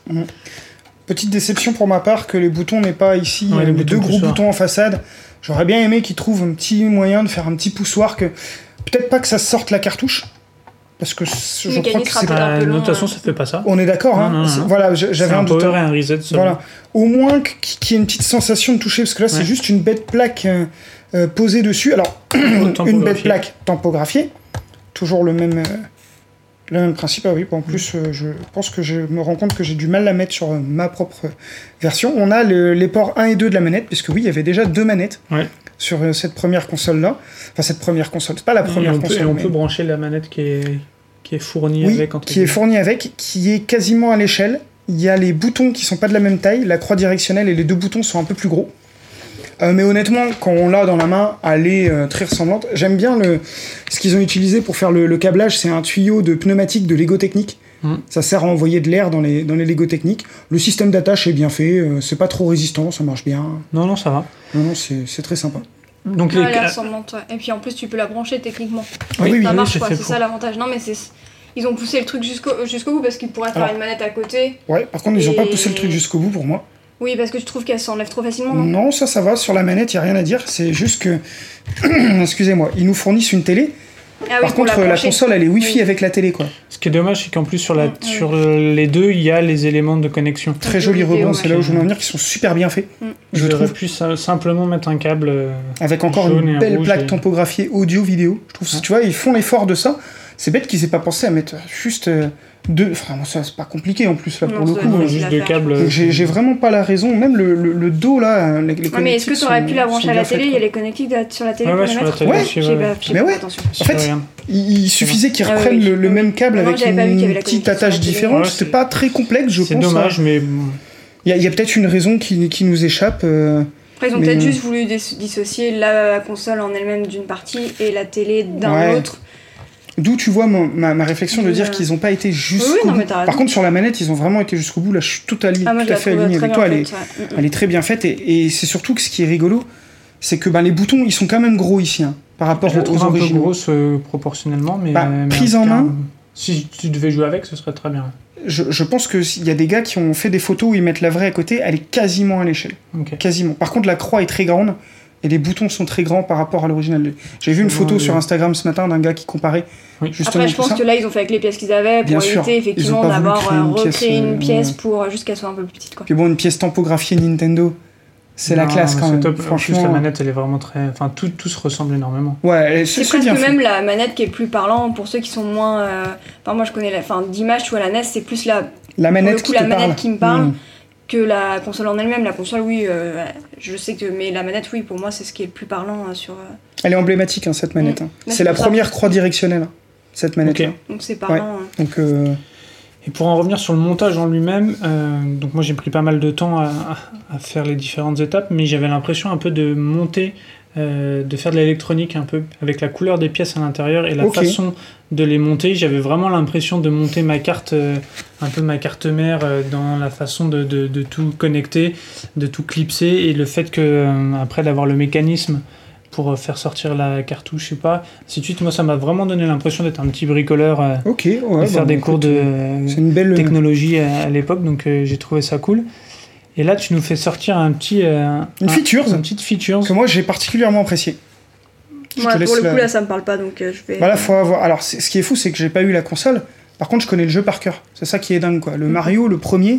Petite déception pour ma part que les boutons n'aient pas ici les deux gros boutons en façade. J'aurais bien aimé qu'ils trouvent un petit moyen de faire un petit poussoir, que peut-être pas que ça sorte la cartouche, parce que je crois que c'est pas... De toute façon, ça fait pas ça. On est d'accord, non. Voilà, j'avais un doute. Power et un reset. Voilà. Au moins qu'il y ait une petite sensation de toucher, parce que là, c'est juste une bête plaque posée dessus. Alors, une bête plaque tampographiée, toujours le même principe. Ah oui, en plus, je pense que je me rends compte que j'ai du mal à mettre sur ma propre version. On a les ports 1 et 2 de la manette, puisque oui, il y avait déjà 2 manettes sur cette première console-là. Enfin, cette première console, c'est pas la première console. Et on peut brancher la manette qui est fournie avec. Qui est fournie avec, qui est quasiment à l'échelle. Il y a les boutons qui sont pas de la même taille, la croix directionnelle et les 2 boutons sont un peu plus gros. Mais honnêtement, quand on l'a dans la main, elle est très ressemblante. J'aime bien ce qu'ils ont utilisé pour faire le câblage, c'est un tuyau de pneumatique de Lego Technic. Ça sert à envoyer de l'air dans les Lego Technic. Le système d'attache est bien fait, c'est pas trop résistant, ça marche bien. Non, ça va. Non, c'est très sympa. Donc elle est ressemblante, Et puis en plus, tu peux la brancher techniquement. Oui, ça marche, quoi, c'est ça l'avantage. Non, mais ils ont poussé le truc jusqu'au bout parce qu'ils pourraient faire une manette à côté. Ouais, par contre, ils ont pas poussé le truc jusqu'au bout pour moi. Oui, parce que tu trouves qu'elle s'enlève trop facilement, non ? Non, ça va. Sur la manette, il n'y a rien à dire. C'est juste que... Excusez-moi. Ils nous fournissent une télé. Par contre, la console, elle est Wi-Fi avec la télé, quoi. Ce qui est dommage, c'est qu'en plus, sur les deux, il y a les éléments de connexion. Très joli rebond. C'est là où je voulais en venir, qui sont super bien faits. Je trouve plus simplement mettre un câble avec encore une belle plaque tampographiée audio-vidéo. Je trouve, tu vois, ils font l'effort de ça. C'est bête qu'ils aient pas pensé à mettre juste... Enfin, ça, c'est pas compliqué en plus là pour le coup. Juste 2 câbles. J'ai vraiment pas la raison. Même le dos là, les connectiques. Mais est-ce que tu aurais pu la brancher à la télé ? Il y a les connectiques sur la télé pour les mettre ? Mais ouais. En fait, il suffisait qu'ils reprennent le même câble avec une petite attache différente. C'était pas très complexe, je pense. C'est dommage, mais il y a peut-être une raison qui nous échappe. Après, ils ont peut-être juste voulu dissocier la console en elle-même d'une partie et la télé d'un autre. D'où tu vois ma réflexion de dire qu'ils n'ont pas été jusqu'au bout. Par contre, sur la manette, ils ont vraiment été jusqu'au bout. Là, je suis tout à fait aligné avec toi. Elle est très bien faite. Et c'est surtout que ce qui est rigolo, c'est que les boutons, ils sont quand même gros ici, par rapport aux originaux. Un peu grosse proportionnellement, mais prise en main. Si tu devais jouer avec, ce serait très bien. Je pense qu'il y a des gars qui ont fait des photos où ils mettent la vraie à côté. Elle est quasiment à l'échelle. Quasiment. Par contre, la croix est très grande. et les boutons sont très grands par rapport à l'original. J'ai vu une photo sur Instagram ce matin d'un gars qui comparait justement. Après, je pense que là, ils ont fait avec les pièces qu'ils avaient pour éviter effectivement d'avoir recréé une pièce pour juste qu'elle soit un peu plus petite, quoi. Puis bon, une pièce tampographiée Nintendo, c'est la classe quand même. Top. Franchement, en plus, la manette, elle est vraiment très. Enfin, tout se ressemble énormément. Ouais, c'est presque même la manette qui est plus parlant pour ceux qui sont moins. Enfin, moi, je connais d'image, tu vois, la NES, c'est plus la manette qui me parle. Que la console en elle-même. La console, oui, je sais que... Mais la manette, oui, pour moi, c'est ce qui est le plus parlant sur... Elle est emblématique, hein, cette manette. C'est la première croix directionnelle, cette manette-là. Okay. Donc c'est parlant. Ouais. Donc, Et pour en revenir sur le montage en lui-même, donc moi j'ai pris pas mal de temps à faire les différentes étapes, mais j'avais l'impression un peu de monter, de faire de l'électronique un peu, avec la couleur des pièces à l'intérieur et la façon de les monter. J'avais vraiment l'impression de monter ma carte, un peu ma carte mère, dans la façon de tout connecter, de tout clipser, et le fait que après d'avoir le mécanisme pour faire sortir la cartouche, je sais pas, ainsi de suite. Moi, ça m'a vraiment donné l'impression d'être un petit bricoleur, de faire des cours de technologie à l'époque, donc j'ai trouvé ça cool. Et là, tu nous fais sortir une petite feature que moi j'ai particulièrement apprécié. Pour le coup, là, ça me parle pas, donc je vais. Voilà, faut avoir. Alors, ce qui est fou, c'est que j'ai pas eu la console. Par contre, je connais le jeu par cœur. C'est ça qui est dingue, quoi. Le Mario, le premier,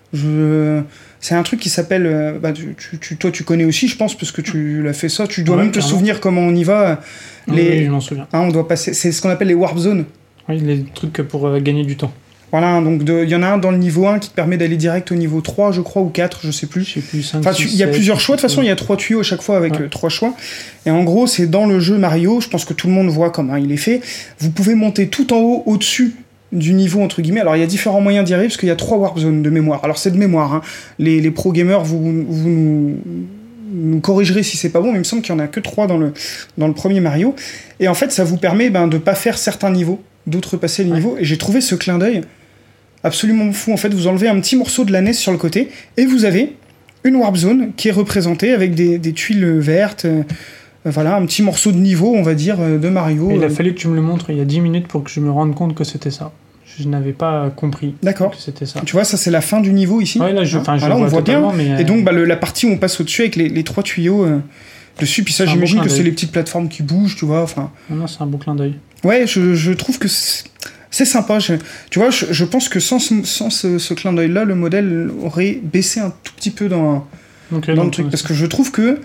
c'est un truc qui s'appelle. Toi, tu connais aussi, je pense, parce que tu l'as fait ça. Tu dois même te souvenir comment on y va. Oui, je m'en souviens. On doit passer. C'est ce qu'on appelle les warp zones. Oui, les trucs pour gagner du temps. Voilà, donc il y en a un dans le niveau 1 qui te permet d'aller direct au niveau 3, je crois, ou 4, je sais plus. 5, enfin, il y a plusieurs choix, de toute façon, il y a 3 tuyaux à chaque fois avec 3 choix. Et en gros, c'est dans le jeu Mario, je pense que tout le monde voit comment il est fait. Vous pouvez monter tout en haut, au-dessus du niveau, entre guillemets. Alors, il y a différents moyens d'y arriver, parce qu'il y a 3 warp zones de mémoire. Alors, c'est de mémoire, hein. Les pro gamers, vous nous corrigerez si c'est pas bon, mais il me semble qu'il y en a que 3 dans le premier Mario. Et en fait, ça vous permet de pas faire certains niveaux, d'outrepasser les niveaux. Et j'ai trouvé ce clin d'œil absolument fou. En fait, vous enlevez un petit morceau de la NES sur le côté et vous avez une warp zone qui est représentée avec des tuiles vertes, voilà, un petit morceau de niveau, on va dire, de Mario. Il a fallu que tu me le montres il y a 10 minutes pour que je me rende compte que c'était ça. Je n'avais pas compris que c'était ça. Tu vois, ça c'est la fin du niveau ici. Ouais, là, on voit bien. Mais... Et donc la partie où on passe au-dessus avec les 3 tuyaux dessus, puis ça j'imagine que c'est les petites plateformes qui bougent, tu vois. Non, c'est un beau clin d'œil. Ouais, je trouve que c'est sympa. Tu vois, je pense que sans ce clin d'œil-là, le modèle aurait baissé un tout petit peu dans le truc. Parce que je trouve que...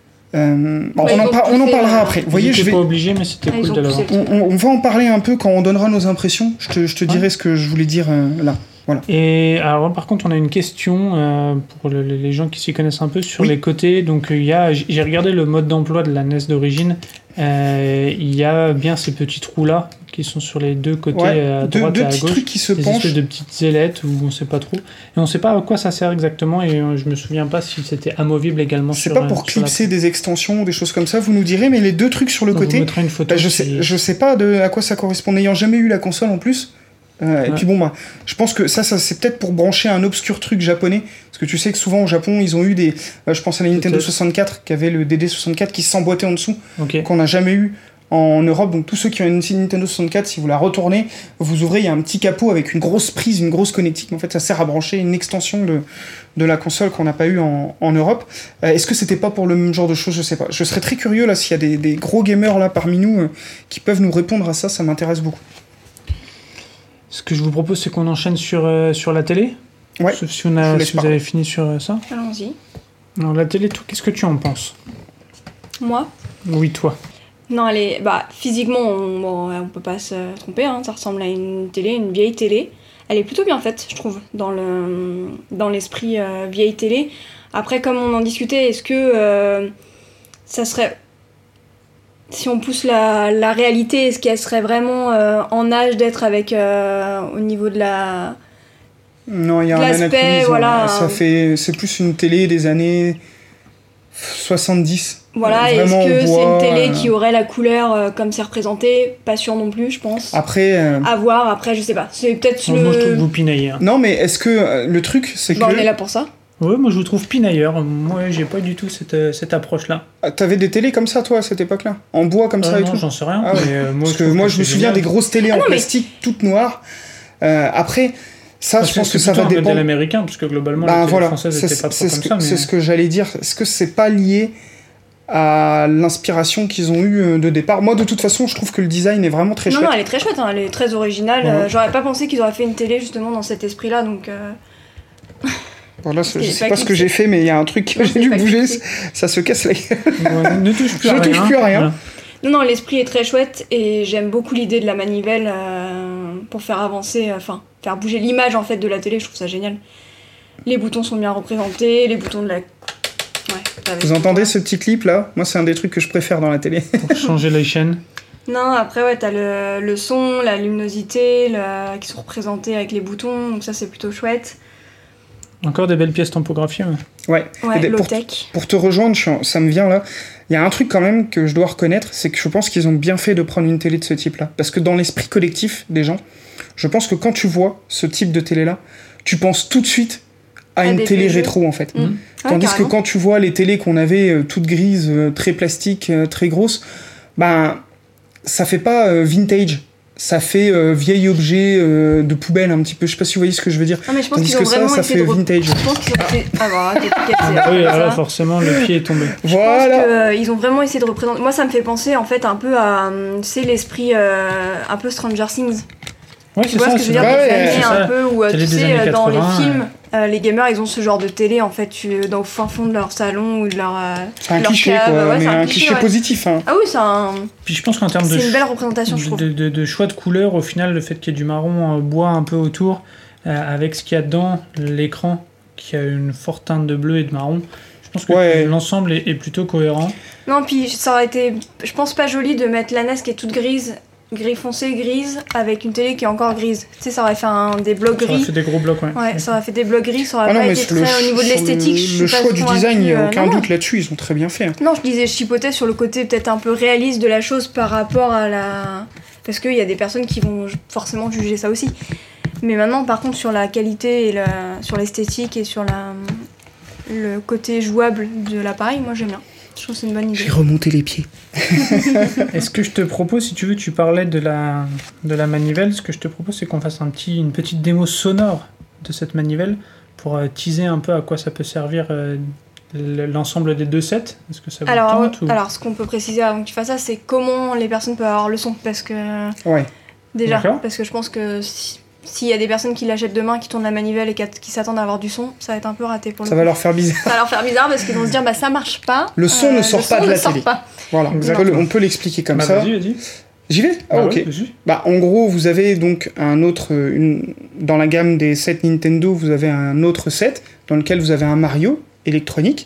on en parlera après. Vous voyez, pas obligé, mais c'était cool de l'avoir. On va en parler un peu quand on donnera nos impressions. Je te dirai ce que je voulais dire là. Voilà. Et alors, par contre, on a une question pour les gens qui s'y connaissent un peu sur les côtés. Donc, j'ai regardé le mode d'emploi de la NES d'origine. Il y a bien ces petits trous-là qui sont sur les deux côtés, à droite et à gauche. Trucs qui se des penchent. espèces de petites ailettes où on ne sait pas trop. Et on ne sait pas à quoi ça sert exactement. Et je me souviens pas si c'était amovible également. C'est pas pour clipser des extensions ou des choses comme ça, vous nous direz, mais les 2 trucs sur le côté. On vous mettra une photo. Je sais pas à quoi ça correspond. N'ayant jamais eu la console en plus. Et puis bon, je pense que ça c'est peut-être pour brancher un obscur truc japonais, parce que tu sais que souvent au Japon ils ont eu des, je pense à la Nintendo 64 qui avait le DD64 qui s'emboîtait en dessous, qu'on n'a jamais eu en Europe. Donc tous ceux qui ont une Nintendo 64, si vous la retournez, vous ouvrez, il y a un petit capot avec une grosse prise, une grosse connectique, mais en fait ça sert à brancher une extension de la console qu'on n'a pas eu en Europe. Est-ce que c'était pas pour le même genre de choses? Je sais pas. Je serais très curieux là s'il y a des gros gamers là parmi nous qui peuvent nous répondre à ça, ça m'intéresse beaucoup. Ce que je vous propose, c'est qu'on enchaîne sur la télé. Ouais. Sauf si vous avez fini sur ça. Allons-y. Alors, la télé, toi, qu'est-ce que tu en penses? Moi? Oui, toi. Non, elle est... physiquement, on peut pas se tromper, hein. Ça ressemble à une télé, une vieille télé. Elle est plutôt bien faite, je trouve, dans l'esprit vieille télé. Après, comme on en discutait, est-ce que ça serait... Si on pousse la réalité, est-ce qu'elle serait vraiment en âge d'être avec au niveau de la... Non, il y a un anachronisme. Voilà. C'est plus une télé des années 70. Voilà, est-ce que c'est une télé qui aurait la couleur comme c'est représenté? Pas sûr non plus, je pense. Après... À voir, après, je sais pas. C'est peut-être Moi, je trouve que vous pinaillez. Non, mais est-ce que le truc, c'est que... On est là pour ça. Oui, moi je vous trouve pinailleur. Moi j'ai pas du tout cette approche-là. T'avais des télés comme ça toi à cette époque-là? En bois comme ça et tout? Non, j'en sais rien. Parce que moi je me souviens des grosses télés en plastique toutes noires. Après, ça je pense que ça va dépendre. C'est un modèle américain, parce que globalement les télés françaises n'étaient pas trop comme ça. C'est ce que j'allais dire. Est-ce que c'est pas lié à l'inspiration qu'ils ont eue de départ. Moi, de toute façon, je trouve que le design est vraiment très chouette. Non, elle est très chouette, hein, elle est très originale. Ouais. J'aurais pas pensé qu'ils auraient fait une télé justement dans cet esprit-là, donc... Voilà, je sais pas ce que j'ai fait, mais il y a un truc que j'ai dû bouger, ça se casse la gueule. Ne touche plus je à rien. touche plus à rien. Non, l'esprit est très chouette et j'aime beaucoup l'idée de la manivelle pour faire avancer, faire bouger l'image en fait de la télé, je trouve ça génial. Les boutons sont bien représentés, les boutons de la... Vous entendez ce petit clip là ? Moi, c'est un des trucs que je préfère dans la télé. Pour changer les chaînes. Non, après, ouais, t'as le son, la luminosité qui sont représentés avec les boutons, donc ça, c'est plutôt chouette. Encore des belles pièces tampographiées. Ouais, low-tech. Pour te rejoindre, ça me vient là. Il y a un truc quand même que je dois reconnaître, c'est que je pense qu'ils ont bien fait de prendre une télé de ce type-là. Parce que dans l'esprit collectif des gens, je pense que quand tu vois ce type de télé-là, tu penses tout de suite à une télé rétro en fait. Tandis que quand tu vois les télés qu'on avait toutes grises, très plastiques, très grosses, ben ça fait pas vintage. Ça fait vieil objet de poubelle un petit peu. Je sais pas si vous voyez ce que je veux dire. Ah, mais je pense qu'ils ont vraiment ça fait vintage. Je pense qu'ils ont fait... Ah bah, t'es plus cassé. Oui, là, forcément, le pied est tombé. Voilà. Je pense qu'ils ont vraiment essayé de représenter... Moi, ça me fait penser en fait un peu à... C'est l'esprit un peu Stranger Things. Ouais, tu vois ce que je veux dire, un peu où tu sais, dans les films, les gamers ils ont ce genre de télé en fait au fin fond de leur salon ou de leur c'est un cliché cave. Quoi, ouais, mais un cliché positif. Hein. Ah oui, c'est un... Puis je pense qu'en termes c'est une belle représentation, je trouve. De choix de couleurs, au final, le fait qu'il y ait du marron bois un peu autour, avec ce qu'il y a dedans, l'écran qui a une forte teinte de bleu et de marron, je pense que l'ensemble est plutôt cohérent. Non, puis ça aurait été, je pense, pas joli de mettre la NES qui est toute grise, gris foncé, grise, avec une télé qui est encore grise. Tu sais, ça aurait fait des blocs gris. Ça aurait fait des gros blocs, ouais. Ouais, ça aurait fait des blocs gris, ça aurait pas été très au niveau de l'esthétique. Le choix du design, il n'y a aucun doute là-dessus, ils ont très bien fait. Hein. Non, je disais, je chipotais sur le côté peut-être un peu réaliste de la chose par rapport à la... Parce qu'il y a des personnes qui vont forcément juger ça aussi. Mais maintenant, par contre, sur la qualité, et sur l'esthétique et sur le côté jouable de l'appareil, moi j'aime bien. Je trouve que c'est une bonne idée. J'ai remonté les pieds. Est-ce que je te propose, si tu veux, tu parlais de la manivelle, ce que je te propose, c'est qu'on fasse une petite démo sonore de cette manivelle pour teaser un peu à quoi ça peut servir l'ensemble des deux sets. Est-ce que ça vous tente Alors, ce qu'on peut préciser avant que tu fasses ça, c'est comment les personnes peuvent avoir le son. Parce que... Ouais. Déjà, parce que je pense que s'il y a des personnes qui l'achètent demain, qui tournent la manivelle et qui s'attendent à avoir du son, ça va être un peu raté pour le coup. Ça va leur faire bizarre. Ça va leur faire bizarre parce qu'ils vont se dire ça marche pas. Le son ne sort pas de la télé. Voilà, on peut l'expliquer comme ça. Vas-y. J'y vais ? Ah, ok. En gros, vous avez donc un autre... dans la gamme des sets Nintendo, vous avez un autre set dans lequel vous avez un Mario électronique.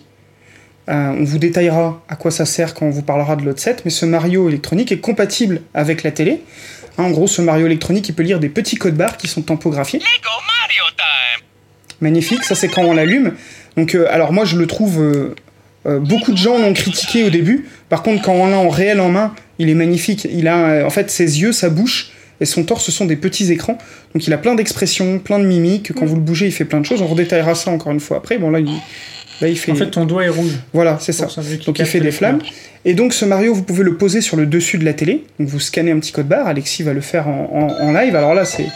On vous détaillera à quoi ça sert quand on vous parlera de l'autre set, mais ce Mario électronique est compatible avec la télé. En gros, ce Mario électronique, il peut lire des petits codes barres qui sont tampographiés. Lego Mario Time. Magnifique, ça c'est quand on l'allume. Donc, alors moi je le trouve... beaucoup de gens l'ont critiqué au début. Par contre, quand on l'a en réel en main, il est magnifique. Il a en fait ses yeux, sa bouche et son torse, ce sont des petits écrans. Donc il a plein d'expressions, plein de mimiques. Quand vous le bougez, il fait plein de choses. On redétaillera ça encore une fois après. Bon là, il fait... En fait, ton doigt est rouge. Voilà, c'est ça. Donc il fait des flammes. Et donc ce Mario, vous pouvez le poser sur le dessus de la télé. Donc vous scannez un petit code barre. Alexis va le faire en live. Alors là, c'est...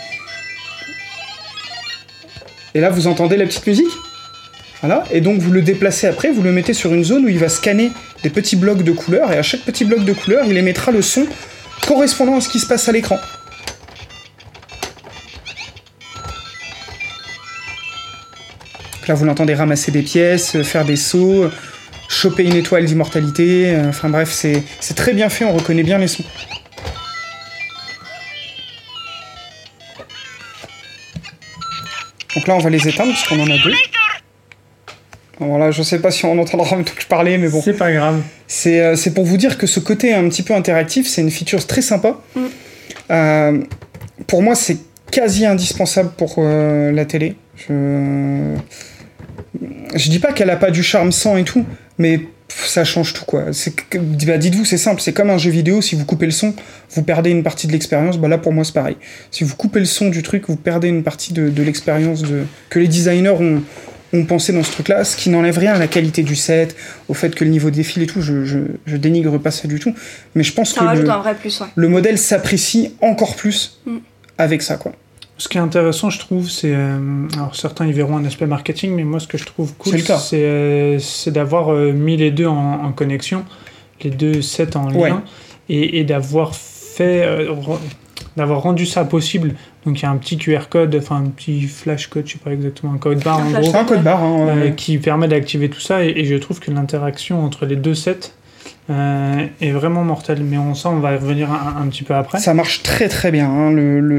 Et là, vous entendez la petite musique ? Voilà. Et donc vous le déplacez après, vous le mettez sur une zone où il va scanner des petits blocs de couleurs. Et à chaque petit bloc de couleur, il émettra le son correspondant à ce qui se passe à l'écran. Donc là, vous l'entendez ramasser des pièces, faire des sauts... choper une étoile d'immortalité, enfin bref, c'est très bien fait, on reconnaît bien les sons. Donc là, on va les éteindre, puisqu'on en a deux. Voilà, je sais pas si on entendra en même temps que je parlais, mais bon. C'est pas grave. C'est pour vous dire que ce côté un petit peu interactif, c'est une feature très sympa. Pour moi, c'est quasi indispensable pour la télé. Je dis pas qu'elle a pas du charme sans et tout, mais ça change tout, quoi. Dites-vous, c'est simple, c'est comme un jeu vidéo, si vous coupez le son, vous perdez une partie de l'expérience. Bah là, pour moi, c'est pareil. Si vous coupez le son du truc, vous perdez une partie de l'expérience que les designers ont pensé dans ce truc-là, ce qui n'enlève rien à la qualité du set, au fait que le niveau défile et tout, je dénigre pas ça du tout, mais je pense que rajoute un vrai plus, ouais. Le modèle s'apprécie encore plus avec ça, quoi. Ce qui est intéressant, je trouve, c'est... alors certains y verront un aspect marketing, mais moi ce que je trouve cool, c'est d'avoir mis les deux en connexion, les deux sets en lien, et d'avoir d'avoir rendu ça possible. Donc il y a un petit QR code, enfin un petit flash code, je sais pas exactement, un code barre en gros. C'est un code barre, qui permet d'activer tout ça, et je trouve que l'interaction entre les deux sets est vraiment mortelle. Mais on va y revenir un petit peu après. Ça marche très très bien, hein.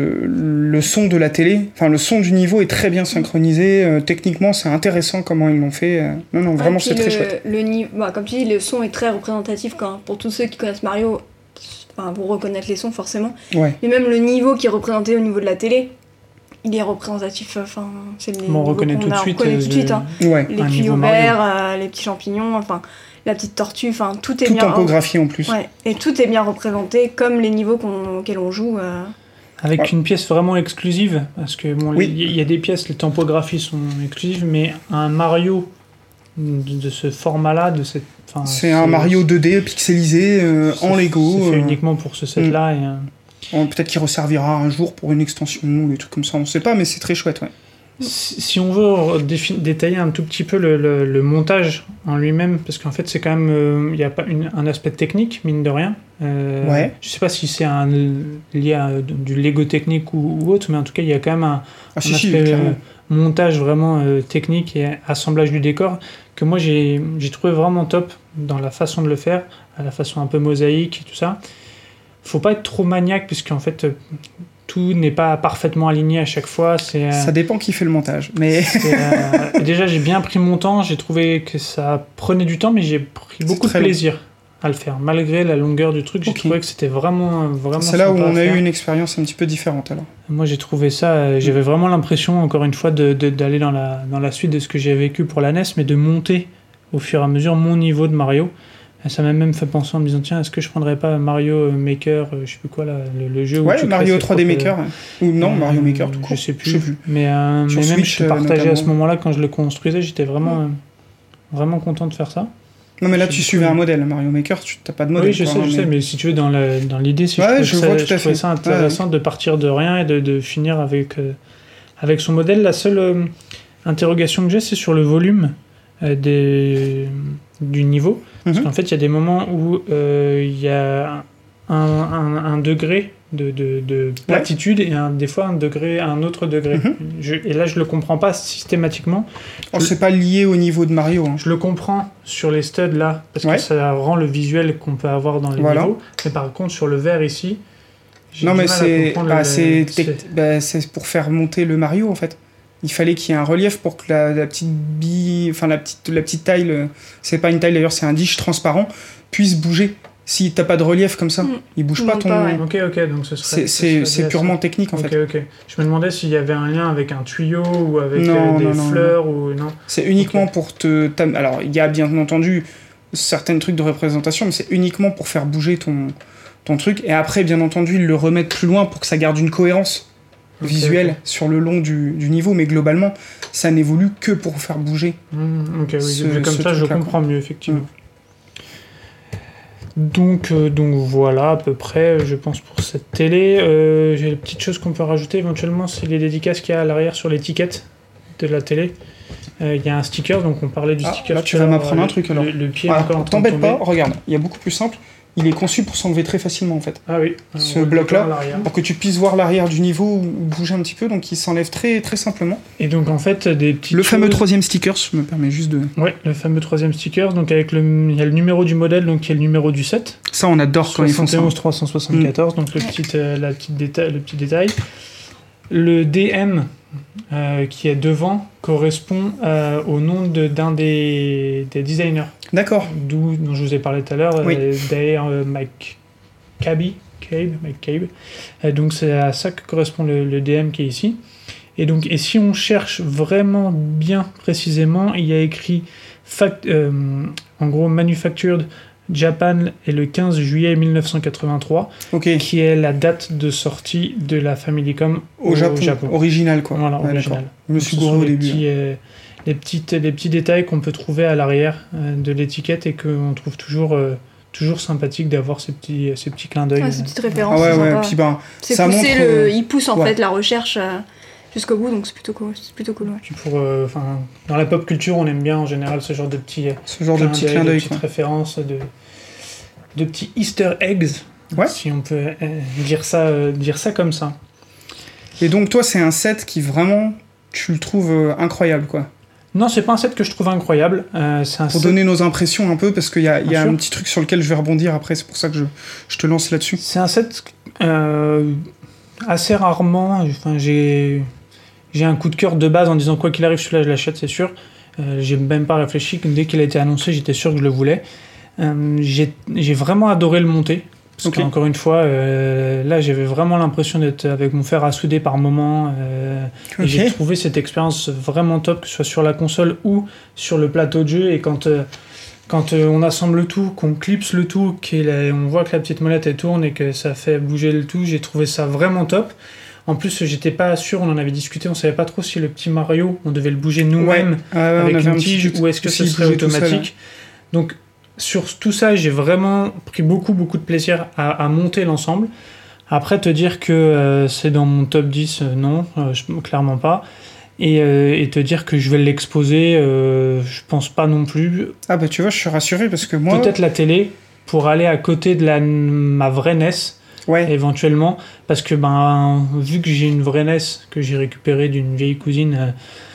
Le son de la télé, enfin le son du niveau est très bien synchronisé. Techniquement, c'est intéressant comment ils l'ont fait. Non, vraiment, c'est très chouette. Comme tu dis, le son est très représentatif pour tous ceux qui connaissent Mario. Pour reconnaître les sons forcément, mais même le niveau qui est représenté au niveau de la télé, il est représentatif. C'est le on reconnaît tout de suite. Hein. Les tuyaux verts, les petits champignons, la petite tortue, tout est bien. Tout tempographié en plus. Et tout est bien représenté comme les niveaux auxquels on joue. Avec une pièce vraiment exclusive, parce que il y a des pièces, les tempographies sont exclusives, mais un Mario de ce format-là, c'est un Mario 2D pixelisé en Lego. C'est fait uniquement pour ce set-là. Peut-être qu'il resservira un jour pour une extension ou des trucs comme ça, on ne sait pas, mais c'est très chouette. Si on veut détailler un tout petit peu le montage en lui-même, parce qu'en fait c'est quand même, il n'y a pas un aspect technique, mine de rien. Je ne sais pas si c'est lié à du Lego technique ou autre, mais en tout cas il y a quand même un aspect montage vraiment technique et assemblage du décor que moi j'ai trouvé vraiment top dans la façon de le faire, à la façon un peu mosaïque et tout ça. Faut pas être trop maniaque, puisqu'en fait tout n'est pas parfaitement aligné à chaque fois. Ça dépend qui fait le montage. Mais déjà j'ai bien pris mon temps, j'ai trouvé que ça prenait du temps, mais j'ai pris beaucoup de plaisir à le faire. Malgré la longueur du truc, j'ai trouvé que c'était vraiment c'est là où on a eu une expérience un petit peu différente alors. Moi j'ai trouvé ça, j'avais vraiment l'impression encore une fois d'aller dans la suite de ce que j'ai vécu pour la NES, mais de monter au fur et à mesure mon niveau de Mario. Et ça m'a même fait penser en me disant, tiens, est-ce que je prendrais pas Mario Maker, je sais plus quoi là, le jeu où tu Mario 3D Maker ou non, Mario Maker tout court. Je sais plus. Mais même Switch, je partageais à ce moment-là quand je le construisais, j'étais vraiment content de faire ça. Non mais là tu suivais un modèle, Mario Maker, tu n'as pas de modèle. Oui, je sais, mais si tu veux, dans l'idée, je trouvais ça intéressant de partir de rien et de finir avec son modèle. La seule interrogation que j'ai, c'est sur le volume du niveau. Parce qu'en fait, il y a des moments où il y a un degré de platitude et des fois un autre degré. Et là, je le comprends pas systématiquement. C'est pas lié au niveau de Mario. Je le comprends sur les studs là, parce que ça rend le visuel qu'on peut avoir dans les niveaux. Mais par contre, sur le vert ici, c'est pour faire monter le Mario en fait. Il fallait qu'il y ait un relief pour que la petite bille, la petite taille, c'est pas une taille d'ailleurs, c'est un dish transparent, puisse bouger. Si t'as pas de relief comme ça, il bouge pas ton. Ok, donc ce serait. C'est purement technique en fait. Ok. Je me demandais s'il y avait un lien avec un tuyau ou avec des fleurs ou non. C'est uniquement pour alors il y a bien entendu certains trucs de représentation, mais c'est uniquement pour faire bouger ton truc. Et après, bien entendu, ils le remettent plus loin pour que ça garde une cohérence visuelle sur le long du niveau, mais globalement, ça n'évolue que pour faire bouger. Comme ça, je comprends mieux, effectivement. Donc voilà, à peu près, je pense, pour cette télé. J'ai les petites choses qu'on peut rajouter éventuellement, c'est les dédicaces qu'il y a à l'arrière sur l'étiquette de la télé. Il y a un sticker, donc on parlait du sticker. Là, tu vas m'apprendre un truc alors. Le pied encore en train de t'embête tomber. pas, regarde, il y a beaucoup plus simple. Il est conçu pour s'enlever très facilement en fait. Ah oui. Ce bloc-là, pour que tu puisses voir l'arrière du niveau ou bouger un petit peu, donc il s'enlève très très simplement. Et donc en fait des petites. Le fameux troisième sticker, je me permets juste de. Ouais, le fameux troisième sticker, donc avec il y a le numéro du modèle, donc qui est le numéro du set. Ça on adore quand ils font ça. 374, donc le petit détail. Le DM qui est devant correspond au nom d'un des designers. D'accord. Dont je vous ai parlé tout à l'heure, d'ailleurs Mike Cabe. Donc c'est à ça que correspond le DM qui est ici. Et si on cherche vraiment bien précisément, il y a écrit en gros Manufactured Japan est le 15 juillet 1983, qui est la date de sortie de la Famicom au Japon. Original quoi. Voilà, original. Je me suis gouré au début. Les petits détails qu'on peut trouver à l'arrière de l'étiquette et qu'on trouve toujours toujours sympathique d'avoir ces petits clins d'œil. Ces petites références. Ah ouais, puis c'est ça poussé montre... il pousse en fait la recherche jusqu'au bout, donc c'est plutôt cool. Ouais. Puis dans la pop culture, on aime bien en général ce genre de petits clins d'œil, de petites références, de petits Easter eggs, si on peut dire ça comme ça. Et donc toi, c'est un set qui vraiment, tu le trouves incroyable, quoi. Non, c'est pas un set que je trouve incroyable. Pour donner nos impressions un peu, parce qu'il y a un petit truc sur lequel je vais rebondir après, c'est pour ça que je te lance là-dessus. C'est un set assez rarement. J'ai un coup de cœur de base en disant quoi qu'il arrive, celui-là je l'achète, c'est sûr. J'ai même pas réfléchi. Dès qu'il a été annoncé, j'étais sûr que je le voulais. J'ai vraiment adoré le monter. Parce qu'encore une fois, là, j'avais vraiment l'impression d'être avec mon fer à souder par moment. Et j'ai trouvé cette expérience vraiment top, que ce soit sur la console ou sur le plateau de jeu. Et quand on assemble le tout, qu'on clipse le tout, on voit que la petite molette elle tourne et que ça fait bouger le tout, j'ai trouvé ça vraiment top. En plus, j'étais pas sûr, on en avait discuté, on savait pas trop si le petit Mario, on devait le bouger nous-mêmes avec une tige ou est-ce que ce serait automatique. Donc, sur tout ça, j'ai vraiment pris beaucoup de plaisir à monter l'ensemble. Après, te dire que c'est dans mon top 10, non, clairement pas. Et te dire que je vais l'exposer, je pense pas non plus. Ah bah tu vois, je suis rassuré parce que moi... Peut-être la télé, pour aller à côté de ma vraie NES, éventuellement. Parce que vu que j'ai une vraie NES que j'ai récupérée d'une vieille cousine...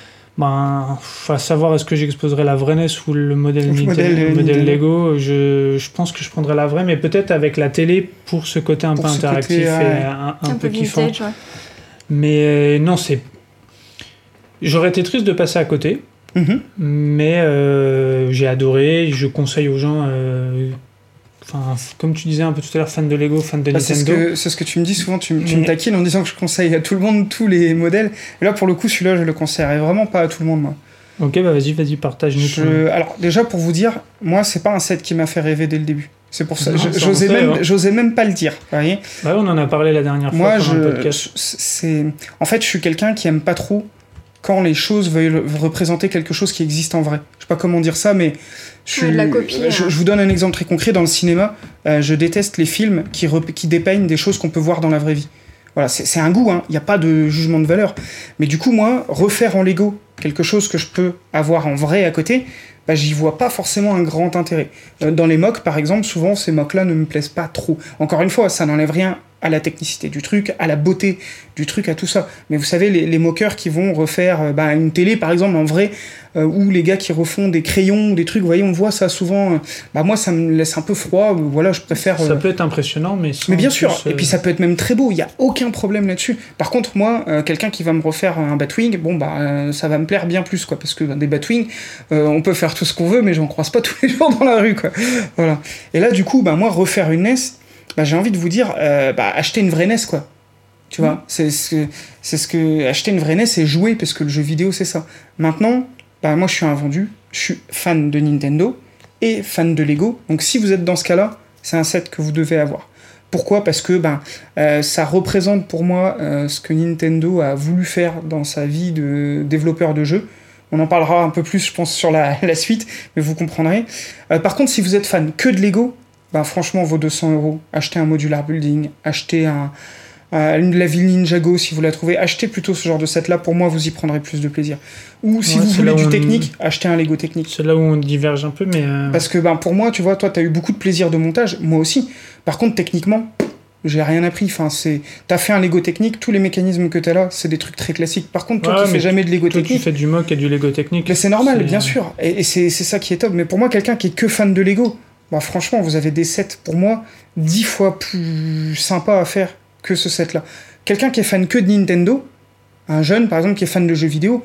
faut savoir est-ce que j'exposerai la vraie NES ou le modèle Lego. Je pense que je prendrai la vraie, mais peut-être avec la télé pour ce côté un peu interactif et un peu kiffant. Vintage, Mais non, j'aurais été triste de passer à côté, mais j'ai adoré. Je conseille aux gens, comme tu disais un peu tout à l'heure, fan de Lego, fan de Nintendo. C'est ce que tu me dis souvent, tu me taquines en disant que je conseille à tout le monde tous les modèles. Et là, pour le coup, celui-là, je le conseillerais vraiment pas à tout le monde, moi. Ok, vas-y, partage-nous. Alors, déjà, pour vous dire, moi, c'est pas un set qui m'a fait rêver dès le début. C'est pour ça. J'osais même pas le dire. Vous voyez ? On en a parlé la dernière fois dans le podcast. En fait, je suis quelqu'un qui aime pas trop quand les choses veulent représenter quelque chose qui existe en vrai. Je sais pas comment dire ça, mais je vous donne un exemple très concret. Dans le cinéma, je déteste les films qui dépeignent des choses qu'on peut voir dans la vraie vie. Voilà, c'est un goût, il n'y a pas de jugement de valeur. Mais du coup, moi, refaire en Lego quelque chose que je peux avoir en vrai à côté, j'y vois pas forcément un grand intérêt. Dans les mocks, par exemple, souvent, ces mocks-là ne me plaisent pas trop. Encore une fois, ça n'enlève rien à la technicité du truc, à la beauté du truc, à tout ça. Mais vous savez, les mockers qui vont refaire une télé, par exemple, en vrai, ou les gars qui refont des crayons, des trucs, vous voyez, on voit ça souvent. Moi, ça me laisse un peu froid. Voilà, je préfère... Ça peut être impressionnant, mais... Mais bien sûr, et puis ça peut être même très beau, il n'y a aucun problème là-dessus. Par contre, moi, quelqu'un qui va me refaire un Batwing, ça va me plaire bien plus, quoi, parce que des Batwing, on peut faire tout ce qu'on veut, mais j'en croise pas tous les jours dans la rue, quoi. Voilà. Et là, du coup, moi, refaire une NES... j'ai envie de vous dire, acheter une vraie NES, quoi. Tu vois, c'est ce que acheter une vraie NES et jouer, parce que le jeu vidéo, c'est ça. Maintenant, moi, je suis un vendu, je suis fan de Nintendo et fan de Lego. Donc, si vous êtes dans ce cas-là, c'est un set que vous devez avoir. Pourquoi ? Parce que ça représente pour moi ce que Nintendo a voulu faire dans sa vie de développeur de jeux. On en parlera un peu plus, je pense, sur la suite, mais vous comprendrez. Par contre, si vous êtes fan que de Lego, franchement, vaut 200€. Achetez un modular building, achetez la ville Ninjago si vous la trouvez. Achetez plutôt ce genre de set-là. Pour moi, vous y prendrez plus de plaisir. Ou si vous voulez du technique, achetez un Lego technique. C'est là où on diverge un peu, mais... Parce que pour moi, tu vois, toi, t'as eu beaucoup de plaisir de montage. Moi aussi. Par contre, techniquement, j'ai rien appris. T'as fait un Lego technique, tous les mécanismes que t'as là, c'est des trucs très classiques. Par contre, toi qui fais jamais de Lego technique... Tu fais du mock et du Lego technique. Mais c'est normal, bien sûr. Et c'est ça qui est top. Mais pour moi, quelqu'un qui est que fan de Lego... franchement, vous avez des sets, pour moi, 10 fois plus sympas à faire que ce set-là. Quelqu'un qui est fan que de Nintendo, un jeune, par exemple, qui est fan de jeux vidéo,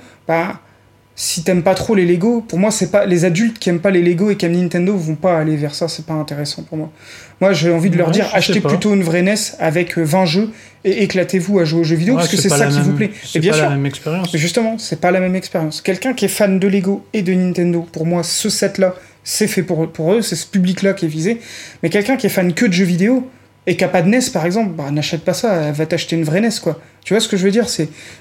si t'aimes pas trop les Lego, pour moi, c'est pas les adultes qui aiment pas les Lego et qui aiment Nintendo vont pas aller vers ça, c'est pas intéressant pour moi. Moi, j'ai envie de leur dire, achetez plutôt une vraie NES avec 20 jeux et éclatez-vous à jouer aux jeux vidéo, parce que c'est ça qui vous plaît. Et bien sûr, la même expérience. Mais justement, c'est pas la même expérience. Quelqu'un qui est fan de Lego et de Nintendo, pour moi, ce set-là, c'est fait pour eux, c'est ce public-là qui est visé. Mais quelqu'un qui est fan que de jeux vidéo et qui a pas de NES, par exemple, n'achète pas ça, va t'acheter une vraie NES, quoi. Tu vois ce que je veux dire ?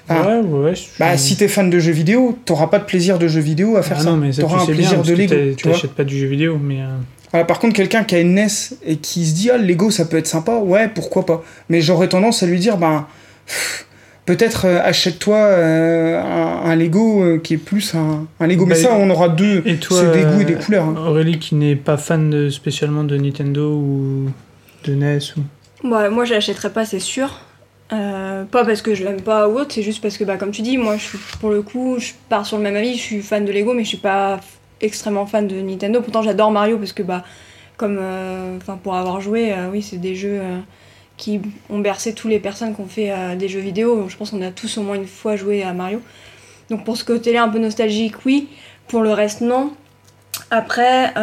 Si t'es fan de jeux vidéo, t'auras pas de plaisir de jeux vidéo à faire ça. Non, mais ça, t'auras un plaisir de Lego. Tu t'achètes pas du jeu vidéo, mais... Voilà, par contre, quelqu'un qui a une NES et qui se dit « Ah, le Lego, ça peut être sympa », ouais, pourquoi pas. Mais j'aurais tendance à lui dire peut-être achète-toi un Lego qui est plus un Lego. Mais ça, on aura deux. Et toi, c'est des goûts et des couleurs. Hein. Aurélie, qui n'est pas fan spécialement de Nintendo ou de NES ou... Moi, je l'achèterais pas, c'est sûr. Pas parce que je l'aime pas ou autre, c'est juste parce que, comme tu dis, moi, pour le coup, je pars sur le même avis. Je suis fan de Lego, mais je suis pas extrêmement fan de Nintendo. Pourtant, j'adore Mario parce que, pour avoir joué, oui, c'est des jeux qui ont bercé toutes les personnes qui ont fait des jeux vidéo. Je pense qu'on a tous au moins une fois joué à Mario. Donc pour ce côté-là un peu nostalgique, oui. Pour le reste, non. Après,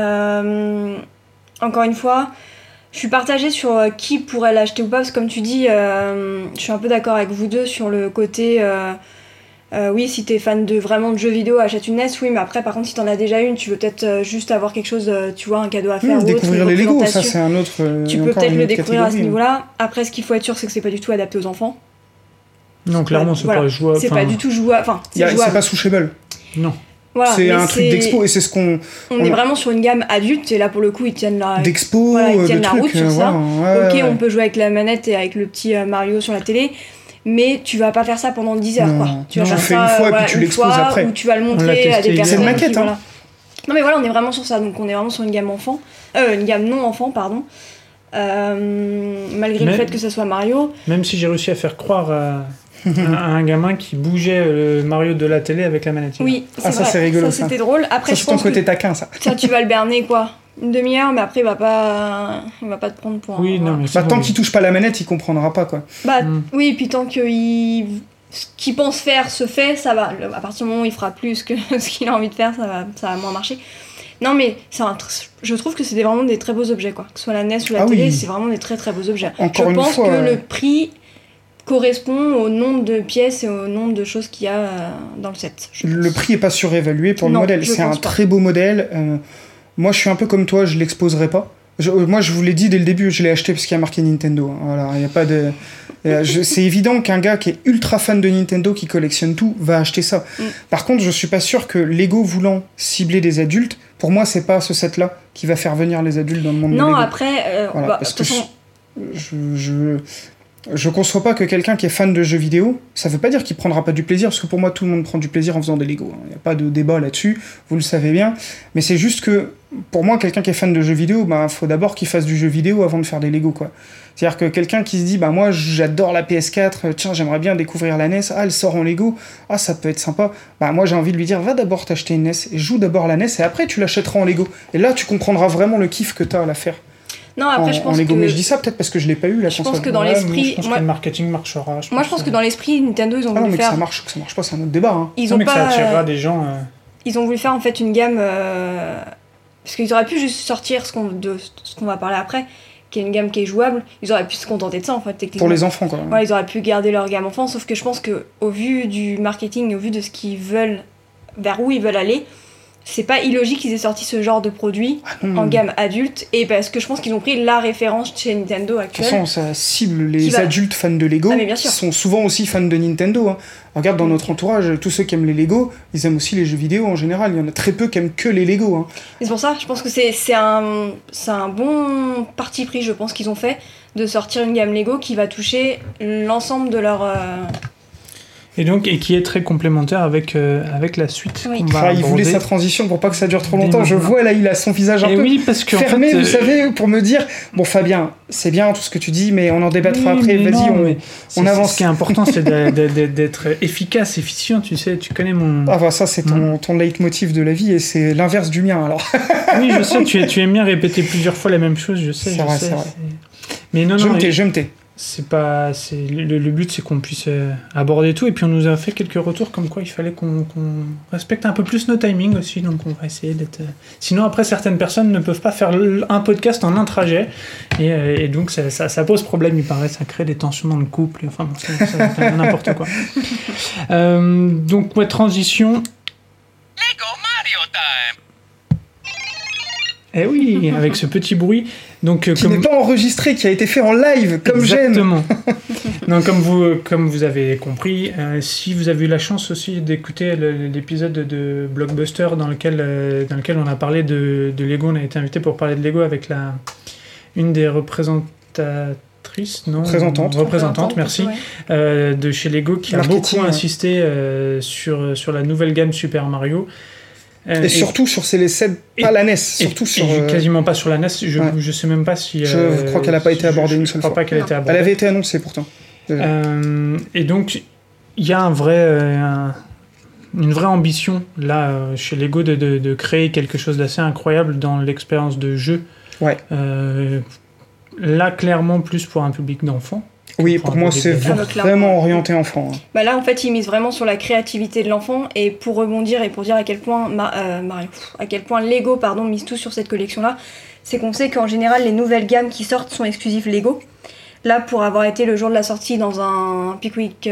encore une fois, je suis partagée sur qui pourrait l'acheter ou pas. Parce que comme tu dis, je suis un peu d'accord avec vous deux sur le côté... oui, si t'es fan vraiment de jeux vidéo, achète une NES, oui, mais après, par contre, si t'en as déjà une, tu veux peut-être juste avoir quelque chose, tu vois, un cadeau à faire. Découvrir les Lego, ça c'est un autre. Tu peux peut-être le découvrir à ce niveau-là. Après, ce qu'il faut être sûr, c'est que c'est pas du tout adapté aux enfants. Non, clairement, c'est pas jouable. C'est pas du tout jouable. Enfin, c'est pas souchable. Non. Voilà, c'est un truc d'expo et c'est ce qu'on. On est vraiment sur une gamme adulte et là pour le coup ils tiennent la. D'expo, ils tiennent la route sur ça. Ouais. On peut jouer avec la manette et avec le petit Mario sur la télé. Mais tu vas pas faire ça pendant 10 heures, quoi. Tu vas faire ça une fois et puis tu l'exposes après. Ou tu vas le montrer à des personnes. C'est une maquette, hein. Voilà. Non mais voilà, on est vraiment sur ça. Donc on est vraiment sur une gamme enfant. Une gamme non enfant, pardon. Malgré le fait que ça soit Mario. Même si j'ai réussi à faire croire à un gamin qui bougeait le Mario de la télé avec la manette. Oui, ça c'est rigolo. Ça c'était drôle. Après, ça, c'est ton côté taquin, ça. Ça, tu vas le berner, quoi. Une demi-heure, mais après il va pas te prendre pour oui, non, mais tant qu'il touche pas la manette, il comprendra pas, quoi. Oui, puis tant que ce qu'il pense faire se fait, ça va. À partir du moment où il fera plus que ce qu'il a envie de faire, ça va moins marcher. Non, mais je trouve que c'est vraiment des très beaux objets, quoi. Que ce soit la NES ou la télé, c'est vraiment des très très beaux objets. Je pense que le prix correspond au nombre de pièces et au nombre de choses qu'il y a dans le set. Le prix est pas surévalué pour le modèle. C'est un très beau modèle. Moi, je suis un peu comme toi, je l'exposerai pas. Moi, je vous l'ai dit dès le début, je l'ai acheté parce qu'il y a marqué Nintendo. Hein. Voilà, il y a pas de. C'est évident qu'un gars qui est ultra fan de Nintendo, qui collectionne tout, va acheter ça. Par contre, je suis pas sûr que Lego voulant cibler des adultes, pour moi, c'est pas ce set-là qui va faire venir les adultes dans le monde de Lego. Non, après, parce que je conçois pas que quelqu'un qui est fan de jeux vidéo, ça veut pas dire qu'il prendra pas du plaisir, parce que pour moi tout le monde prend du plaisir en faisant des Lego. Il n'y a pas de débat là-dessus, vous le savez bien. Mais c'est juste que, pour moi, quelqu'un qui est fan de jeux vidéo, faut d'abord qu'il fasse du jeu vidéo avant de faire des Lego, quoi. C'est-à-dire que quelqu'un qui se dit, moi j'adore la PS4, tiens j'aimerais bien découvrir la NES, elle sort en Lego, ça peut être sympa. Moi j'ai envie de lui dire, va d'abord t'acheter une NES, et joue d'abord la NES, et après tu l'achèteras en Lego. Et là tu comprendras vraiment le kiff que t'as à la faire. Non, après, je pense Lego. que... Mais je dis ça peut-être parce que je l'ai pas eu, la console. Je pense que dans l'esprit... Je pense que le marketing marchera. Je pense que dans l'esprit, Nintendo, ils ont voulu faire... que ça marche pas, c'est un autre débat. Hein. Ils ont pas... que ça attirera des gens... Ils ont voulu faire, en fait, une gamme... Parce qu'ils auraient pu juste sortir ce qu'on va parler après, qui est une gamme qui est jouable. Ils auraient pu se contenter de ça, en fait, techniquement. Pour les enfants, quoi. Ouais, ils auraient pu garder leur gamme enfant, sauf que je pense qu'au vu du marketing, au vu de ce qu'ils veulent... vers où ils veulent aller... C'est pas illogique qu'ils aient sorti ce genre de produit en gamme adulte, et parce que je pense qu'ils ont pris la référence chez Nintendo actuelle. De toute façon, ça cible les adultes fans de Lego, qui sont souvent aussi fans de Nintendo. Hein. Regarde dans notre entourage, tous ceux qui aiment les Lego, ils aiment aussi les jeux vidéo en général. Il y en a très peu qui aiment que les Lego. Hein. Et c'est pour ça, je pense que c'est un bon parti pris, je pense, qu'ils ont fait, de sortir une gamme Lego qui va toucher l'ensemble de leur... Et qui est très complémentaire avec la suite. Oui. Il voulait sa transition pour pas que ça dure trop longtemps. Je vois là, il a son visage un peu parce que, fermé, en fait, vous savez, pour me dire bon Fabien, c'est bien tout ce que tu dis, mais on en débattra après. Vas-y, on avance. Ce qui est important, c'est d'être efficace, efficient. Tu sais, tu connais mon. Ça c'est ton leitmotiv de la vie et c'est l'inverse du mien alors. Oui, je sais. Tu aimes bien répéter plusieurs fois la même chose. Je sais. C'est vrai. Mais non. Je me tais. Le but, c'est qu'on puisse aborder tout, et puis on nous a fait quelques retours comme quoi il fallait qu'on respecte un peu plus nos timings aussi, donc on va essayer d'être... Sinon après, certaines personnes ne peuvent pas faire un podcast en un trajet, et donc ça pose problème, il paraît, ça crée des tensions dans le couple, enfin bon, c'est n'importe quoi. Donc transition... Lego Mario Time. Eh oui, avec ce petit bruit. Donc, qui n'est pas enregistré, qui a été fait en live, comme j'aime. Exactement. Non, comme vous avez compris, si vous avez eu la chance aussi d'écouter l'épisode de Blockbuster dans lequel on a parlé de Lego, on a été invité pour parler de Lego avec une des représentante, merci, de chez Lego, qui a beaucoup insisté sur la nouvelle gamme Super Mario. Et surtout sur les pas la NES, surtout sur... quasiment pas sur la NES, je sais même pas si... je crois qu'elle n'a pas été abordée une seule fois. Je crois pas qu'elle a été abordée. Elle avait été annoncée pourtant. Et donc, il y a une vraie ambition là chez Lego de créer quelque chose d'assez incroyable dans l'expérience de jeu. Ouais. Là, clairement, plus pour un public d'enfants. Oui, pour moi, c'est vraiment orienté enfant. Bah là, en fait, ils misent vraiment sur la créativité de l'enfant. Et pour rebondir et pour dire à quel point Lego mise tout sur cette collection-là, c'est qu'on sait qu'en général, les nouvelles gammes qui sortent sont exclusives Lego. Là, pour avoir été le jour de la sortie dans un Pickwick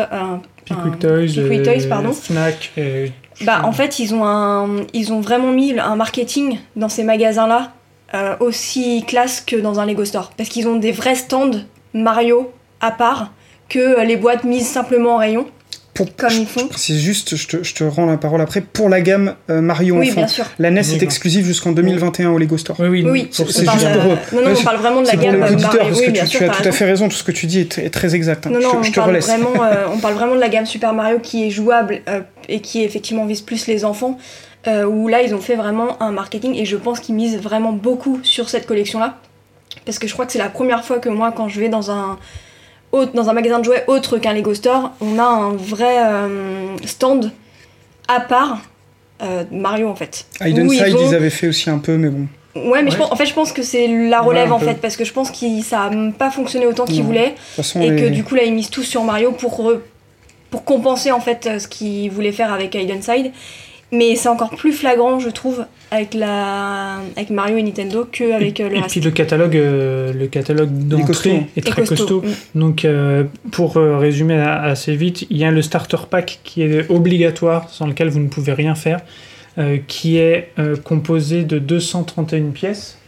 Toys, Fnac. En fait, ils ont vraiment mis un marketing dans ces magasins-là aussi classe que dans un Lego Store. Parce qu'ils ont des vrais stands Mario à part que les boîtes mises simplement en rayon. Comme ils font. C'est juste, je te rends la parole après, pour la gamme Mario oui, enfant. Bien sûr. La NES est exclusive jusqu'on 2021 au Lego Store. Oui. C'est juste pour... on parle vraiment de la gamme Mario. Parce que tu as tout à fait raison, tout ce que tu dis est très exact. Je te relaisse. On parle vraiment de la gamme Super Mario qui est jouable et qui effectivement vise plus les enfants, où là ils ont fait vraiment un marketing et je pense qu'ils misent vraiment beaucoup sur cette collection-là. Parce que je crois que c'est la première fois que moi, quand je vais dans un magasin de jouets autre qu'un Lego Store, on a un vrai stand à part Mario en fait. Hidden Side, ils avaient fait aussi un peu, mais bon. Ouais, mais je pense que c'est la relève en fait, parce que je pense que ça n'a pas fonctionné autant qu'ils voulaient. Que du coup là ils misent tout sur Mario pour compenser en fait ce qu'ils voulaient faire avec Hidden Side. Mais c'est encore plus flagrant, je trouve, avec Mario et Nintendo qu'avec le reste. Et puis le catalogue d'entrée est très costaud. Donc, pour résumer assez vite, il y a le starter pack qui est obligatoire, sans lequel vous ne pouvez rien faire, qui est composé de 231 pièces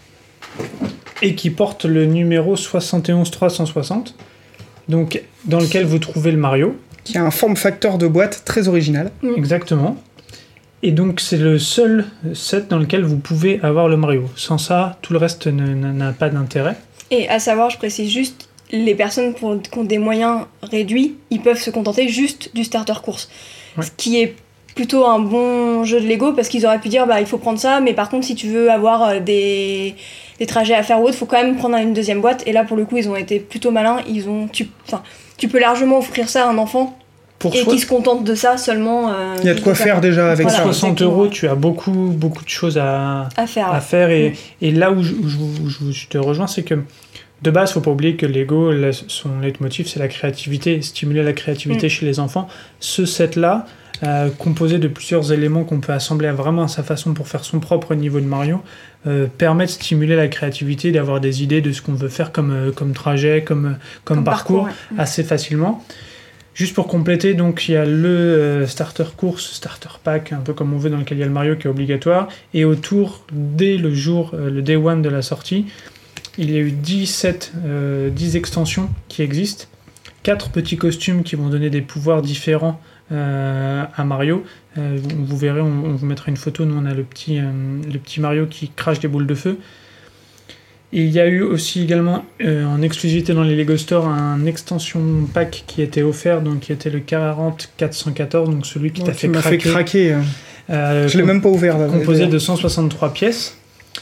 et qui porte le numéro 71360, donc, dans lequel vous trouvez le Mario. Qui a un form factor de boîte très original. Exactement. Et donc c'est le seul set dans lequel vous pouvez avoir le Mario. Sans ça, tout le reste n'a pas d'intérêt. Et à savoir, je précise juste, les personnes qui ont des moyens réduits, ils peuvent se contenter juste du starter course. Ouais. Ce qui est plutôt un bon jeu de Lego, parce qu'ils auraient pu dire il faut prendre ça, mais par contre si tu veux avoir des trajets à faire ou autre, il faut quand même prendre une deuxième boîte. Et là pour le coup ils ont été plutôt malins, tu peux largement offrir ça à un enfant qui se contente de ça seulement. Il y a de quoi faire déjà avec ça. Pour 60 €, tu as beaucoup de choses à faire. Et là où je te rejoins, c'est que de base, il ne faut pas oublier que Lego, son leitmotiv, c'est la créativité, stimuler la créativité chez les enfants. Ce set-là, composé de plusieurs éléments qu'on peut assembler vraiment à sa façon pour faire son propre niveau de Mario, permet de stimuler la créativité, d'avoir des idées de ce qu'on veut faire comme trajet, comme parcours assez facilement. Juste pour compléter, donc il y a le starter course, starter pack, un peu comme on veut, dans lequel il y a le Mario qui est obligatoire. Et autour, dès le jour, le day one de la sortie, il y a eu 10 extensions qui existent. 4 petits costumes qui vont donner des pouvoirs différents à Mario. Vous verrez, on vous mettra une photo. Nous, on a le petit Mario qui crache des boules de feu. Et il y a eu aussi également en exclusivité dans les Lego Store un extension pack qui était offert, donc qui était le 40414, donc celui qui t'a fait craquer. Je l'ai même pas ouvert. Composé de 163 pièces.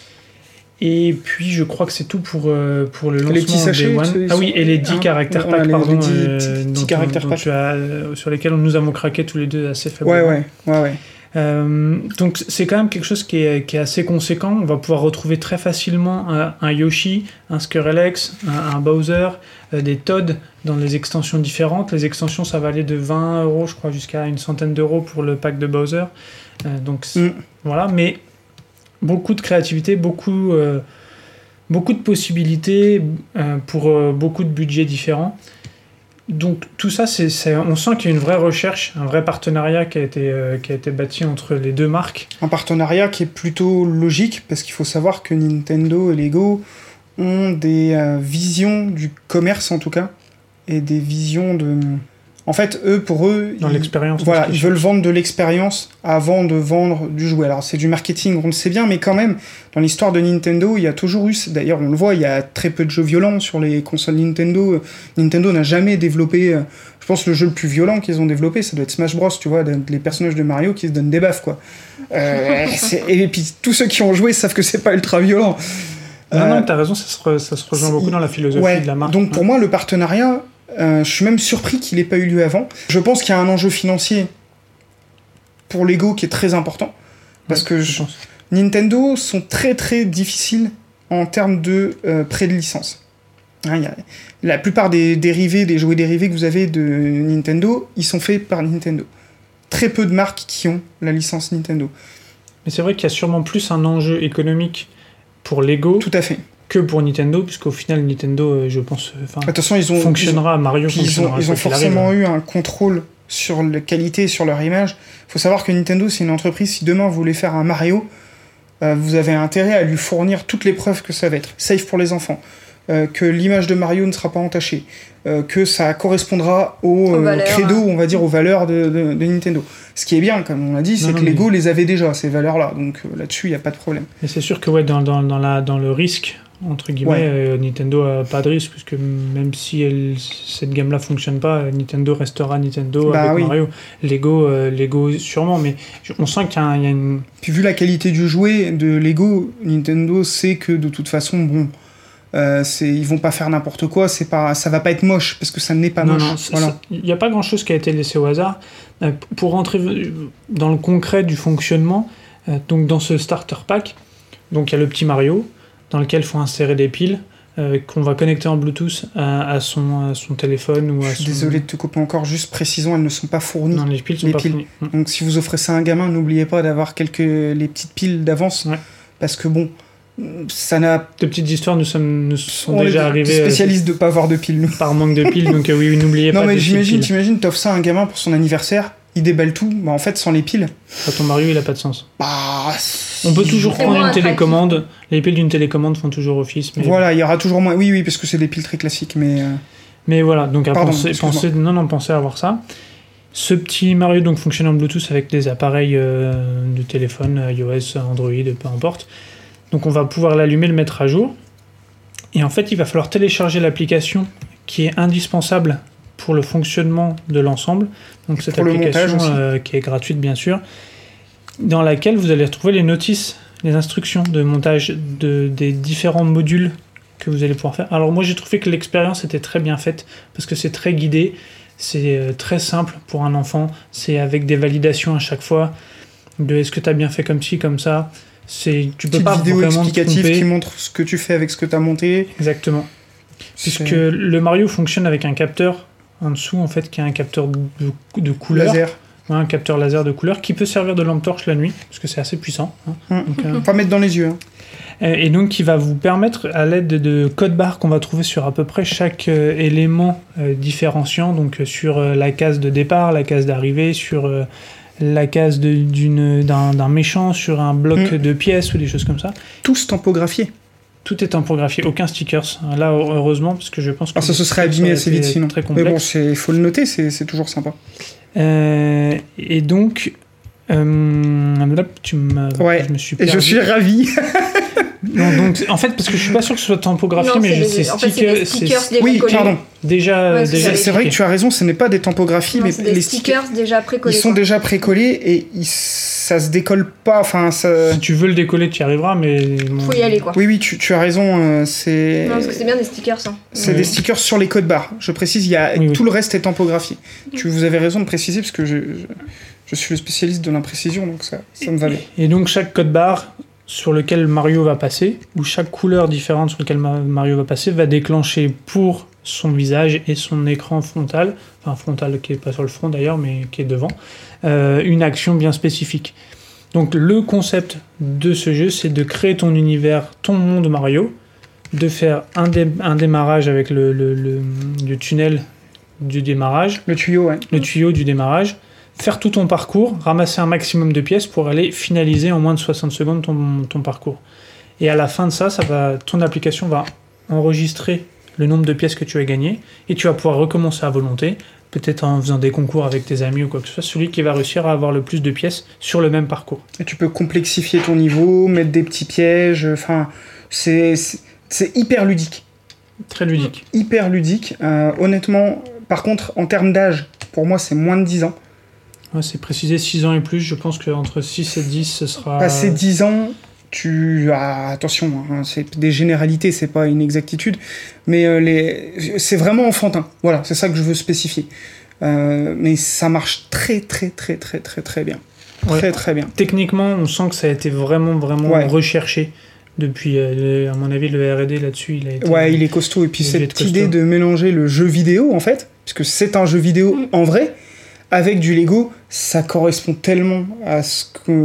Et puis je crois que c'est tout pour le lancement les petits sachets, Day One. Ah oui, et les 10 caractères pack, pardon, les 10 caractères pack. Sur lesquels nous avons craqué tous les deux assez faiblement. Ouais. Donc c'est quand même quelque chose qui est assez conséquent. On va pouvoir retrouver très facilement un Yoshi, un Skrillex, un Bowser, des Toad dans les extensions différentes. Les extensions, ça va aller de 20 € je crois jusqu'à une centaine d'euros pour le pack de Bowser. Voilà, mais beaucoup de créativité, beaucoup de possibilités pour beaucoup de budgets différents. Donc tout ça, on sent qu'il y a une vraie recherche, un vrai partenariat qui a été bâti entre les deux marques. Un partenariat qui est plutôt logique, parce qu'il faut savoir que Nintendo et Lego ont des visions du commerce en tout cas, et des visions de... En fait, pour eux, dans l'expérience. Voilà, ils veulent vendre de l'expérience avant de vendre du jouet. Alors c'est du marketing, on le sait bien, mais quand même, dans l'histoire de Nintendo, il y a toujours eu... D'ailleurs, on le voit, il y a très peu de jeux violents sur les consoles Nintendo. Nintendo n'a jamais développé... Je pense que le jeu le plus violent qu'ils ont développé, ça doit être Smash Bros, tu vois, les personnages de Mario qui se donnent des baffes, quoi. Et puis tous ceux qui ont joué savent que c'est pas ultra violent. Non, t'as raison, ça se rejoint beaucoup dans la philosophie de la marque. Donc pour moi, le partenariat... je suis même surpris qu'il n'ait pas eu lieu avant. Je pense qu'il y a un enjeu financier pour Lego qui est très important. Parce que Nintendo sont très très difficiles en termes de prêt de licence. La plupart des jouets dérivés que vous avez de Nintendo, ils sont faits par Nintendo. Très peu de marques qui ont la licence Nintendo. Mais c'est vrai qu'il y a sûrement plus un enjeu économique pour Lego. Tout à fait. Que pour Nintendo, puisqu'au final Nintendo, je pense, attention, Mario fonctionnera. Ils ont forcément eu un contrôle sur la qualité et sur leur image. Il faut savoir que Nintendo, c'est une entreprise, si demain vous voulez faire un Mario, vous avez intérêt à lui fournir toutes les preuves que ça va être safe pour les enfants, que l'image de Mario ne sera pas entachée, que ça correspondra au credo, on va dire, aux valeurs de Nintendo. Ce qui est bien, comme on l'a dit, c'est que Lego les avait déjà, ces valeurs-là. Donc là-dessus, il n'y a pas de problème. Et c'est sûr que dans le risque, entre guillemets, Nintendo a pas de risque, puisque même si cette gamme-là fonctionne pas, Nintendo restera Nintendo avec Mario. Lego sûrement, mais on sent qu'il y a une... Puis vu la qualité du jouet de Lego, Nintendo sait que de toute façon, ils vont pas faire n'importe quoi, ça va pas être moche, parce que ça n'est pas moche. Il n'y a pas grand-chose qui a été laissé au hasard. Pour rentrer dans le concret du fonctionnement, donc dans ce starter pack, donc il y a le petit Mario, dans lequel il faut insérer des piles qu'on va connecter en Bluetooth à son téléphone. Je suis désolé de te couper encore, juste précisons, elles ne sont pas fournies. Non, les piles sont pas fournies. Donc si vous offrez ça à un gamin, n'oubliez pas d'avoir les petites piles d'avance, parce que ça n'a... De petites histoires nous sont déjà arrivées. Spécialistes de pas avoir de piles, nous. Par manque de piles, donc oui, n'oubliez pas. Non, mais t'imagines, t'offres ça à un gamin pour son anniversaire, il déballe tout, en fait, sans les piles. Ton Mario, il a pas de sens. On peut toujours prendre une télécommande. Les piles d'une télécommande font toujours office. Mais... Voilà, il y aura toujours moins. Oui, parce que c'est des piles très classiques, mais. Mais voilà, donc pensez à avoir ça. Ce petit Mario donc fonctionne en Bluetooth avec des appareils de téléphone, iOS, Android, peu importe. Donc on va pouvoir l'allumer, le mettre à jour. Et en fait, il va falloir télécharger l'application qui est indispensable pour le fonctionnement de l'ensemble. Donc cette application qui est gratuite bien sûr, dans laquelle vous allez retrouver les notices, les instructions de montage des différents modules que vous allez pouvoir faire. Alors moi j'ai trouvé que l'expérience était très bien faite parce que c'est très guidé, c'est très simple pour un enfant, c'est avec des validations à chaque fois de est-ce que tu as bien fait comme ci, comme ça. Tu peux pas vidéo vraiment explicative qui montre ce que tu fais avec ce que tu as monté. Exactement. Puisque le Mario fonctionne avec un capteur en dessous en fait qui est un capteur de couleur. Laser. Un capteur laser de couleur qui peut servir de lampe torche la nuit parce que c'est assez puissant. Donc, pas mettre dans les yeux. Et donc qui va vous permettre à l'aide de codes barres qu'on va trouver sur à peu près chaque élément différenciant, donc sur la case de départ, la case d'arrivée, sur la case d'un méchant, sur un bloc de pièces ou des choses comme ça. Tous tampographiés. Tout est tampographié, aucun stickers. Là, heureusement, parce que je pense que... ça se serait abîmé assez vite sinon. Très complexe. Mais bon, il faut le noter, c'est toujours sympa. Et donc... là, je me suis perdu. Et je suis ravi. Non, donc, en fait, parce que je suis pas sûr que ce soit tampographié, mais c'est stickers oui, pardon. Déjà c'est vrai que tu as raison, ce n'est pas des tampographies, mais les stickers déjà précollés. Ils sont déjà précollés et ça se décolle pas. Enfin, ça... Si tu veux le décoller, tu y arriveras, mais faut y aller quoi. Oui, tu as raison. Non, parce que c'est bien des stickers. C'est des stickers sur les codes barres. Je précise, tout le reste est tampographié. Vous avez raison de préciser parce que je suis le spécialiste de l'imprécision, donc ça me va bien. Et donc chaque code barre sur lequel Mario va passer, ou chaque couleur différente sur laquelle Mario va passer, va déclencher pour son visage et son écran frontal, enfin frontal qui n'est pas sur le front d'ailleurs, mais qui est devant, une action bien spécifique. Donc le concept de ce jeu, c'est de créer ton univers, ton monde Mario, de faire un démarrage avec le tunnel du démarrage. Le tuyau, ouais. Le tuyau du démarrage. Faire tout ton parcours, ramasser un maximum de pièces pour aller finaliser en moins de 60 secondes ton parcours. Et à la fin de ça, ton application va enregistrer le nombre de pièces que tu as gagnées et tu vas pouvoir recommencer à volonté, peut-être en faisant des concours avec tes amis ou quoi que ce soit, celui qui va réussir à avoir le plus de pièces sur le même parcours. Et tu peux complexifier ton niveau, mettre des petits pièges, enfin, c'est hyper ludique. Très ludique. Hyper ludique. Honnêtement, par contre, en termes d'âge, pour moi, c'est moins de 10 ans. Ouais, c'est précisé 6 ans et plus, je pense qu'entre 6 et 10, ce sera... Passé 10 ans... attention, hein, c'est des généralités, c'est pas une exactitude, mais c'est vraiment enfantin. Voilà, c'est ça que je veux spécifier. Mais ça marche très très très très très très bien. Ouais. Très très bien. Techniquement, on sent que ça a été vraiment recherché depuis, à mon avis, le R&D là-dessus, il a été... Ouais, il est costaud. Et puis cette idée de mélanger le jeu vidéo, en fait, puisque c'est un jeu vidéo en vrai, avec du Lego, ça correspond tellement à ce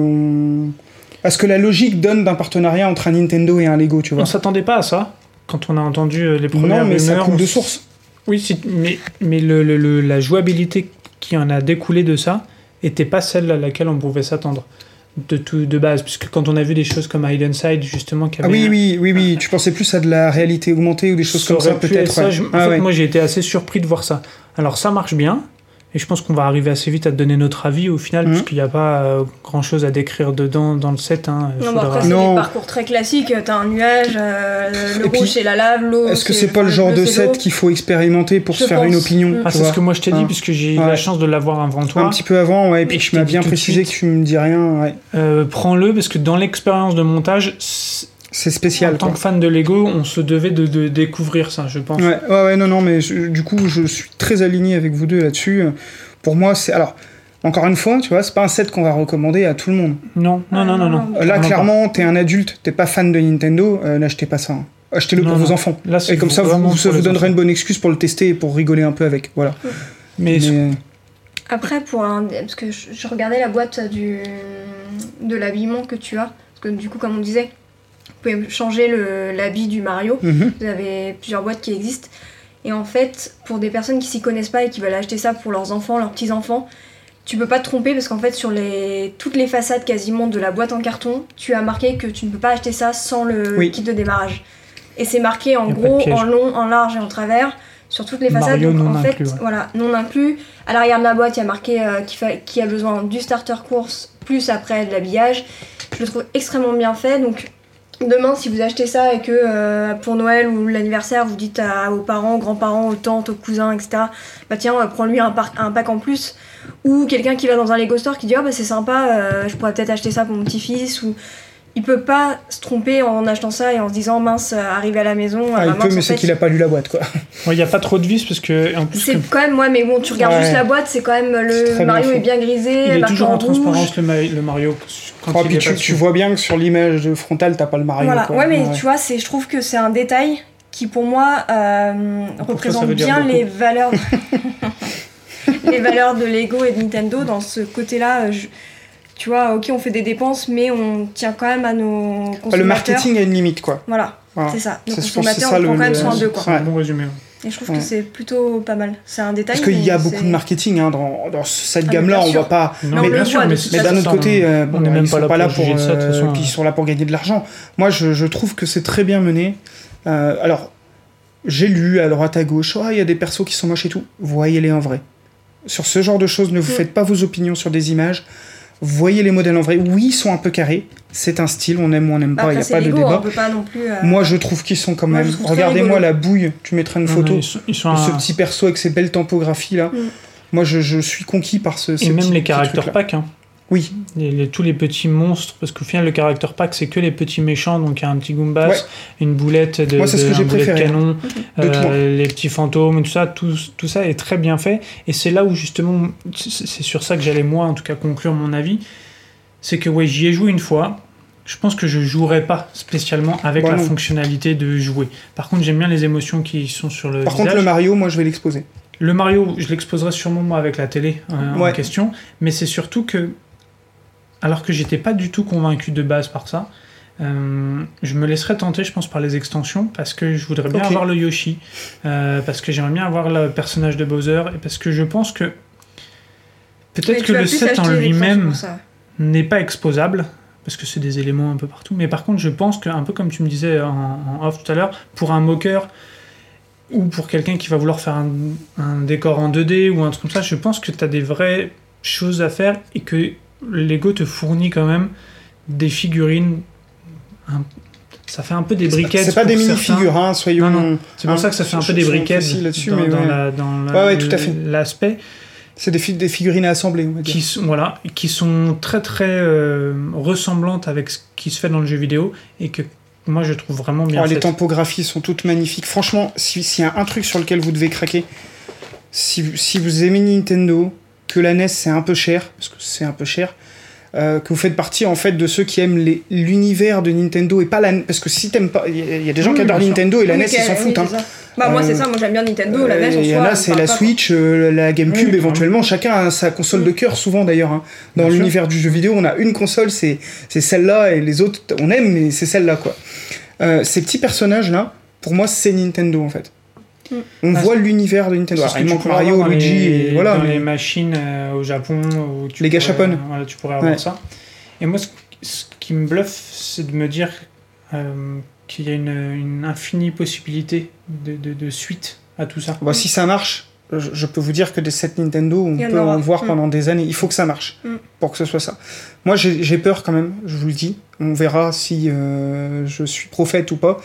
que la logique donne d'un partenariat entre un Nintendo et un Lego, tu vois. On s'attendait pas à ça, quand on a entendu les premières rumeurs. Non, mais ça coule de source. Oui, mais la jouabilité qui en a découlé de ça était pas celle à laquelle on pouvait s'attendre de base, puisque quand on a vu des choses comme Hide and Side, justement... Oui, tu pensais plus à de la réalité augmentée ou des choses comme ça, peut-être. Moi, j'ai été assez surpris de voir ça. Alors, ça marche bien, et je pense qu'on va arriver assez vite à te donner notre avis au final, puisqu'il n'y a pas grand-chose à décrire dedans dans le set. Hein. Non, après, c'est des parcours très classiques. T'as un nuage, le rouge c'est la lave, l'eau... Est-ce que c'est pas le genre de set qu'il faut expérimenter pour se faire une opinion c'est ce que moi je t'ai dit, puisque j'ai eu la chance de l'avoir avant toi. Un petit peu avant, ouais, et puis tu m'as bien précisé que tu me dis rien. Ouais. Prends-le, parce que dans l'expérience de montage... C'est spécial. En tant que fan de Lego, on se devait de découvrir ça, je pense. Ouais, non, mais du coup, je suis très aligné avec vous deux là-dessus. Pour moi, c'est... Alors, encore une fois, tu vois, c'est pas un set qu'on va recommander à tout le monde. Non. Là, clairement, t'es un adulte, t'es pas fan de Nintendo, n'achetez pas ça. Hein. Achetez-le pour vos enfants. Là, et comme ça, ça vous donnera une bonne excuse pour le tester et pour rigoler un peu avec. Voilà. Mais... Après, parce que je regardais la boîte de l'habillement que tu as, parce que du coup, comme on disait... Vous pouvez changer l'habit du Mario. Vous avez plusieurs boîtes qui existent. Et en fait, pour des personnes qui s'y connaissent pas et qui veulent acheter ça pour leurs enfants, leurs petits-enfants, tu peux pas te tromper parce qu'en fait, sur toutes les façades quasiment de la boîte en carton, tu as marqué que tu ne peux pas acheter ça sans le kit de démarrage. Et c'est marqué en gros, en long, en large et en travers sur toutes les façades. Mario donc non en fait, inclus, voilà, non inclus. À l'arrière de la boîte, il y a marqué qu'il y a besoin du starter course plus après de l'habillage. Je le trouve extrêmement bien fait. Donc demain, si vous achetez ça et que pour Noël ou l'anniversaire, vous dites à vos parents, grands-parents, aux tantes, aux cousins, etc. Bah tiens, prends-lui un pack en plus. Ou quelqu'un qui va dans un Lego store qui dit ah bah c'est sympa, je pourrais peut-être acheter ça pour mon petit-fils. Ou il peut pas se tromper en achetant ça et en se disant mince, arrivé à la maison. Il peut, mais c'est qu'il a pas lu la boîte, quoi. Il y a pas trop de vis parce que en plus. C'est quand même mais bon, tu regardes juste la boîte, c'est quand même le Mario est bien grisé. Il est toujours en transparence le Mario. Puis tu vois bien que sur l'image de frontale, t'as pas le Mario. Voilà, quoi. Mais tu vois, je trouve que c'est un détail qui pour moi représente bien les valeurs. Les valeurs de Lego et de Nintendo dans ce côté-là. Tu vois, ok, on fait des dépenses, mais on tient quand même à nos consommateurs. Le marketing a une limite, quoi. Voilà. C'est ça. Nos consommateurs, on prend quand même soin d'eux, quoi. C'est un bon résumé. Et je trouve que c'est plutôt pas mal. C'est un détail. Parce qu'il y a beaucoup de marketing dans cette gamme-là, on voit pas. Non, mais bien sûr, mais d'un autre côté, ils sont pas là pour ils sont là pour gagner de l'argent. Moi, je trouve que c'est très bien mené. Alors, j'ai lu à droite à gauche, il y a des persos qui sont moches et tout. Voyez-les en vrai. Sur ce genre de choses, ne vous faites pas vos opinions sur des images. Voyez les modèles en vrai. Oui, ils sont un peu carrés. C'est un style, on aime ou on n'aime pas, il n'y a pas de débat. On peut pas non plus, Moi, je trouve qu'ils sont quand même... Regardez-moi la bouille, tu mettras une photo de ce petit perso avec ses belles tampographies là. Moi, je suis conquis par ce et même les character packs. Hein. Oui. Tous les petits monstres, parce qu'au final, le character pack, c'est que les petits méchants. Donc, il y a un petit Goombas, une boulette de canon, les petits fantômes, tout ça est très bien fait. Et c'est là où, justement, c'est sur ça que j'allais, moi, en tout cas, conclure mon avis. C'est que, j'y ai joué une fois. Je pense que je jouerais pas spécialement avec la fonctionnalité de jouer. Par contre, j'aime bien les émotions qui sont sur le visage. Par contre, le Mario, moi, je vais l'exposer. Le Mario, je l'exposerai sûrement, moi, avec la télé en question. Mais c'est surtout que... Alors que j'étais pas du tout convaincu de base par ça, Je me laisserais tenter, je pense, par les extensions, parce que je voudrais bien avoir le Yoshi, parce que j'aimerais bien avoir le personnage de Bowser, et parce que je pense que peut-être que le set en lui-même n'est pas exposable, parce que c'est des éléments un peu partout, mais par contre je pense qu'un peu comme tu me disais en off tout à l'heure, pour un moqueur ou pour quelqu'un qui va vouloir faire un décor en 2D ou un truc comme ça, je pense que tu as des vraies choses à faire et que Lego te fournit quand même des figurines. Ça fait un peu des briquettes. C'est pas des mini-figures, hein, soyons. Non. C'est pour ça que ça fait un peu des briquettes là-dessus, dans tout à fait. L'aspect. C'est des figurines à assembler, on va dire. Qui sont très très ressemblantes avec ce qui se fait dans le jeu vidéo et que moi je trouve vraiment bien fait. Les typographies sont toutes magnifiques. Franchement, s'il y a un truc sur lequel vous devez craquer, si vous aimez Nintendo, que la NES c'est un peu cher, parce que c'est un peu cher, que vous faites partie en fait de ceux qui aiment l'univers de Nintendo et pas la NES, parce que si t'aimes pas, il y a des gens qui adorent Nintendo et la NES ils s'en foutent. Moi c'est ça, moi j'aime bien Nintendo, la NES en soi. Il y en a c'est la Switch, la GameCube éventuellement, chacun a sa console de cœur souvent d'ailleurs. Hein. Dans l'univers du jeu vidéo, on a une console, c'est celle-là et les autres on aime mais c'est celle-là quoi. Ces petits personnages là, pour moi c'est Nintendo en fait. On voit l'univers de Nintendo. Il manque Mario, Luigi, et voilà. Dans les machines au Japon, où les gâchapon. Tu pourrais avoir ça. Et moi, ce qui me bluffe, c'est de me dire qu'il y a une infinie possibilité de suite à tout ça. Si ça marche, je peux vous dire que des sets Nintendo, on peut en voir pendant des années. Il faut que ça marche pour que ce soit ça. Moi, j'ai peur quand même, je vous le dis. On verra si je suis prophète ou pas.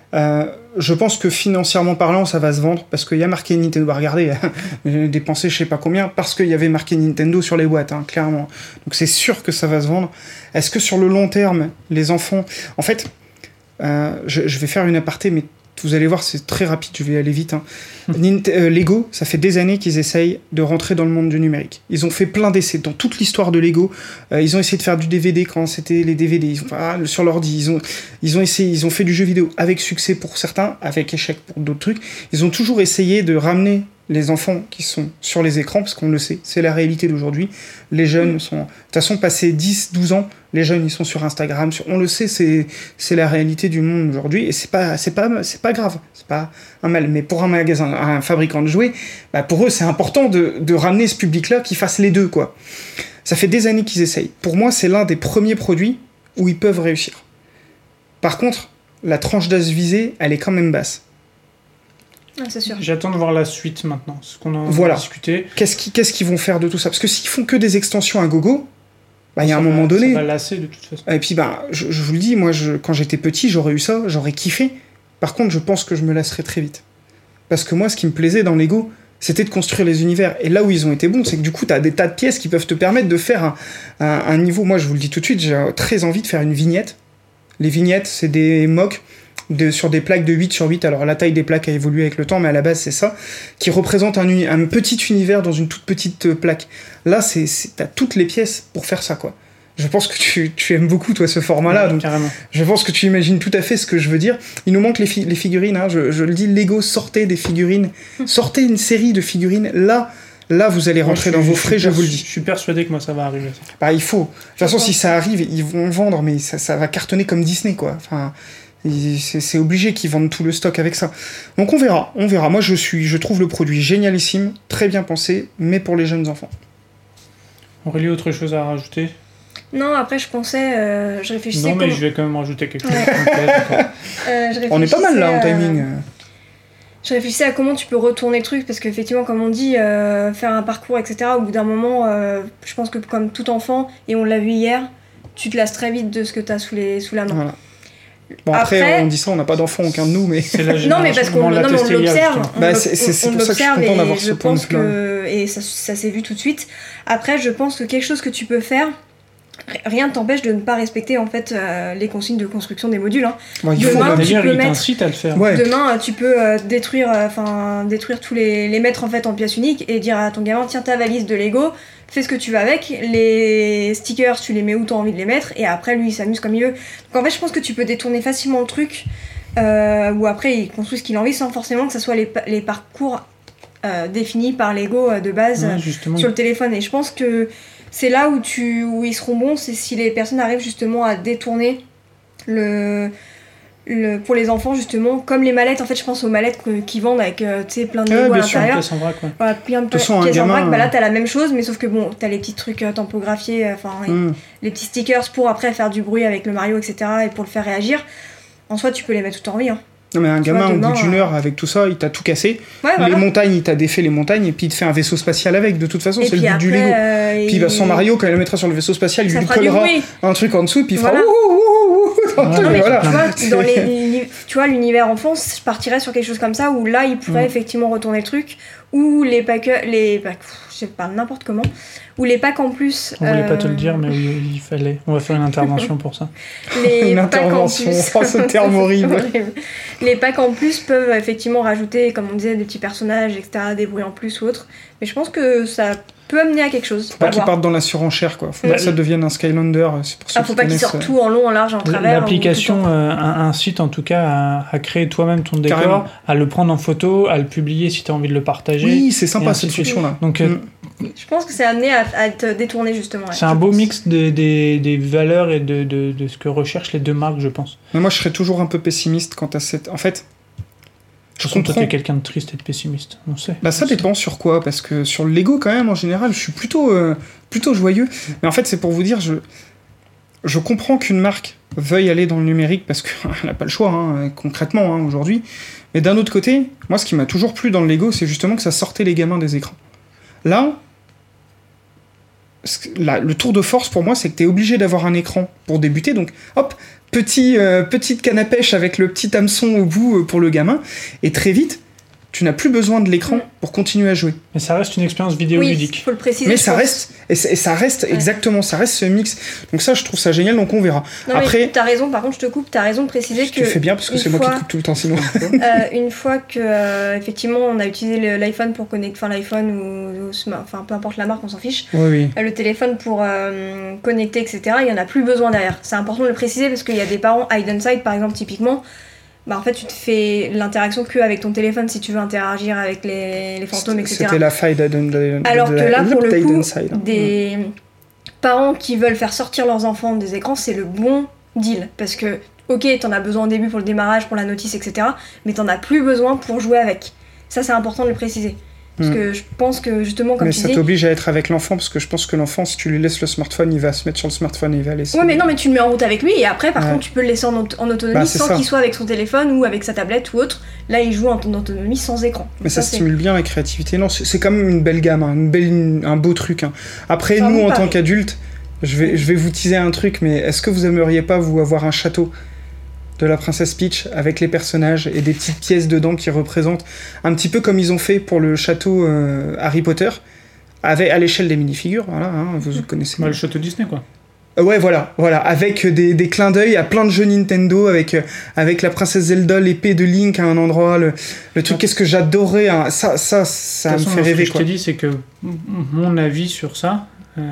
Je pense que financièrement parlant ça va se vendre parce qu'il y a marqué Nintendo. Regardez, j'ai dépensé je sais pas combien parce qu'il y avait marqué Nintendo sur les boîtes, hein, clairement. Donc c'est sûr que ça va se vendre. Est-ce que sur le long terme les enfants, en fait je vais faire une aparté mais vous allez voir c'est très rapide, je vais aller vite hein. Lego, ça fait des années qu'ils essayent de rentrer dans le monde du numérique. Ils ont fait plein d'essais dans toute l'histoire de Lego. Ils ont essayé de faire du DVD quand c'était les DVD. Sur l'ordi, ils ont essayé, ils ont fait du jeu vidéo avec succès pour certains, avec échec pour d'autres trucs. Ils ont toujours essayé de ramener les enfants qui sont sur les écrans, parce qu'on le sait, c'est la réalité d'aujourd'hui. Les jeunes sont... De toute façon, passé 10, 12 ans, les jeunes, ils sont sur Instagram. On le sait, c'est la réalité du monde aujourd'hui. Et c'est pas grave. C'est pas un mal. Mais pour un magasin, un fabricant de jouets, pour eux, c'est important de ramener ce public-là qui fasse les deux, quoi. Ça fait des années qu'ils essayent. Pour moi, c'est l'un des premiers produits où ils peuvent réussir. Par contre, la tranche d'âge visée, elle est quand même basse. C'est sûr. J'attends de voir la suite maintenant, ce qu'on a discuté. Qu'est-ce qu'ils vont faire de tout ça ? Parce que s'ils font que des extensions à gogo, il y a un moment donné... Ça va lasser de toute façon. Et puis, je vous le dis, moi, quand j'étais petit, j'aurais eu ça, j'aurais kiffé. Par contre, je pense que je me lasserais très vite. Parce que moi, ce qui me plaisait dans Lego, c'était de construire les univers. Et là où ils ont été bons, c'est que du coup, t'as des tas de pièces qui peuvent te permettre de faire un niveau... Moi, je vous le dis tout de suite, j'ai très envie de faire une vignette. Les vignettes, c'est des mocks sur des plaques de 8 sur 8, alors la taille des plaques a évolué avec le temps, mais à la base c'est ça, qui représente un petit univers dans une toute petite plaque. Là, t'as toutes les pièces pour faire ça, quoi. Je pense que tu aimes beaucoup, toi, ce format-là, donc carrément. Je pense que tu imagines tout à fait ce que je veux dire. Il nous manque les figurines, hein, je le dis, Lego, sortez des figurines, sortez une série de figurines, là, vous allez rentrer dans vos frais, je vous le dis. Je suis persuadé que moi, ça va arriver. Il faut. De toute façon, si ça arrive, ils vont vendre, mais ça va cartonner comme Disney, quoi. Enfin... C'est obligé qu'ils vendent tout le stock avec ça. Donc on verra. Moi je trouve le produit génialissime, très bien pensé, mais pour les jeunes enfants. Aurélie, autre chose à rajouter ? Non, après je pensais, je réfléchissais... Non, mais je vais quand même rajouter quelque chose. On est pas mal là en timing. Je réfléchissais à comment tu peux retourner le truc, parce qu'effectivement, comme on dit, faire un parcours, etc., au bout d'un moment, je pense que comme tout enfant, et on l'a vu hier, tu te lasses très vite de ce que t'as sous la main. Voilà. Bon, après, on dit ça, on n'a pas d'enfant, aucun de nous, mais... Non, mais parce qu'on l'observe. C'est pour ça que je suis content d'avoir ce point de vue. Et ça s'est vu tout de suite. Après, je pense que quelque chose que tu peux faire, rien ne t'empêche de ne pas respecter en fait les consignes de construction des modules. Hein. Demain, il t'incite à le faire. Ouais. Demain, tu peux détruire tous les mettre en fait en pièces uniques et dire à ton gamin, tiens ta valise de Lego, fais ce que tu veux avec, les stickers tu les mets où t'as envie de les mettre et après lui il s'amuse comme il veut. Donc en fait je pense que tu peux détourner facilement le truc où après il construit ce qu'il a envie sans forcément que ça soit les parcours définis par Lego de base sur le téléphone. Et je pense que c'est là où ils seront bons, c'est si les personnes arrivent justement à détourner pour les enfants justement, comme les mallettes, en fait je pense aux mallettes qui vendent avec plein de Lego à l'intérieur. Voilà, plein de pièces en vrac. Bah là t'as la même chose, mais sauf que bon, t'as les petits trucs tampographiés, les petits stickers pour après faire du bruit avec le Mario, etc. et pour le faire réagir. En soi tu peux les mettre tout en vie. Hein. Non mais un gamin au bout d'une heure avec tout ça, il t'a tout cassé. Ouais, voilà. Les montagnes, il t'a défait les montagnes et puis il te fait un vaisseau spatial avec. De toute façon, c'est le but du Lego. Puis bah, sans Mario, quand il le mettra sur le vaisseau spatial, il lui collera un truc en dessous et puis il fera tu vois, l'univers enfance, je partirais sur quelque chose comme ça où là, il pourrait effectivement retourner le truc. Ou les packs, je parle n'importe comment. Ou les packs en plus. On voulait pas te le dire, mais il fallait. On va faire une intervention pour ça. Une intervention, ce terme horrible. Les packs en plus peuvent effectivement rajouter, comme on disait, des petits personnages, etc., des bruits en plus ou autre. Mais je pense que ça peut amener à quelque chose. Faut pas qu'ils partent dans la surenchère, quoi. Faut pas que ça devienne un Skylander. C'est pour faut pas qu'ils sortent tout en long, en large, en travers. L'application incite en tout cas à créer toi-même ton décor, carrément. À le prendre en photo, à le publier si tu as envie de le partager. Oui, c'est sympa cette fonction-là. Donc, je pense que c'est amené à être détourné justement. C'est un beau mix des valeurs et de ce que recherchent les deux marques, je pense. Mais moi, je serais toujours un peu pessimiste quant à cette. En fait. Je comprends. Toi, t'es quelqu'un de triste et de pessimiste, on sait. Bah ça dépend sur quoi, parce que sur le Lego quand même en général, je suis plutôt joyeux. Mais en fait, c'est pour vous dire, je comprends qu'une marque veuille aller dans le numérique parce qu'elle n'a pas le choix, concrètement aujourd'hui. Mais d'un autre côté, moi, ce qui m'a toujours plu dans le Lego, c'est justement que ça sortait les gamins des écrans. Là, le tour de force pour moi, c'est que t'es obligé d'avoir un écran pour débuter. Donc, hop. Petite canne à pêche avec le petit hameçon au bout pour le gamin, et très vite, tu n'as plus besoin de l'écran pour continuer à jouer. Mais ça reste une expérience vidéoludique. Oui, faut le préciser. Mais ça reste, ça reste exactement, ça reste ce mix. Donc ça, je trouve ça génial, donc on verra. Non, après, t'as raison, par contre, je te coupe, t'as raison de préciser que... Tu fais bien, parce que c'est moi qui te coupe tout le temps, sinon. Une fois que, effectivement, on a utilisé l'iPhone pour connecter, enfin l'iPhone ou enfin peu importe la marque, on s'en fiche. Oui. Le téléphone pour connecter, etc., il n'y en a plus besoin derrière. C'est important de le préciser, parce qu'il y a des parents, hide side par exemple, typiquement, bah en fait tu te fais l'interaction qu'avec ton téléphone si tu veux interagir avec les fantômes, etc. C'était la faille alors que là pour le coup des parents qui veulent faire sortir leurs enfants des écrans, c'est le bon deal, parce que ok t'en as besoin au début pour le démarrage, pour la notice, etc., mais t'en as plus besoin pour jouer avec. Ça c'est important de le préciser. Parce que je pense que justement, comme mais tu ça dis... t'oblige à être avec l'enfant, parce que je pense que l'enfant, si tu lui laisses le smartphone, il va se mettre sur le smartphone et il va laisser... Ouais, mais non, mais tu le mets en route avec lui, et après, par contre, tu peux le laisser en autonomie sans qu'il soit avec son téléphone ou avec sa tablette ou autre. Là, il joue en autonomie sans écran. Mais ça stimule bien la créativité. Non, c'est quand même une belle gamme, un beau truc. Après, nous, en tant qu'adultes, je vais vous teaser un truc, mais est-ce que vous aimeriez pas, vous, avoir un château de la princesse Peach avec les personnages et des petites pièces dedans qui représentent un petit peu comme ils ont fait pour le château Harry Potter à l'échelle des minifigures, voilà, vous connaissez le château Disney, quoi. Ouais, voilà, avec des clins d'œil à plein de jeux Nintendo, avec la princesse Zelda, l'épée de Link à un endroit, le truc, qu'est-ce que j'adorais, ça me fait rêver, quoi. Ce que je te dis, c'est que mon avis sur ça,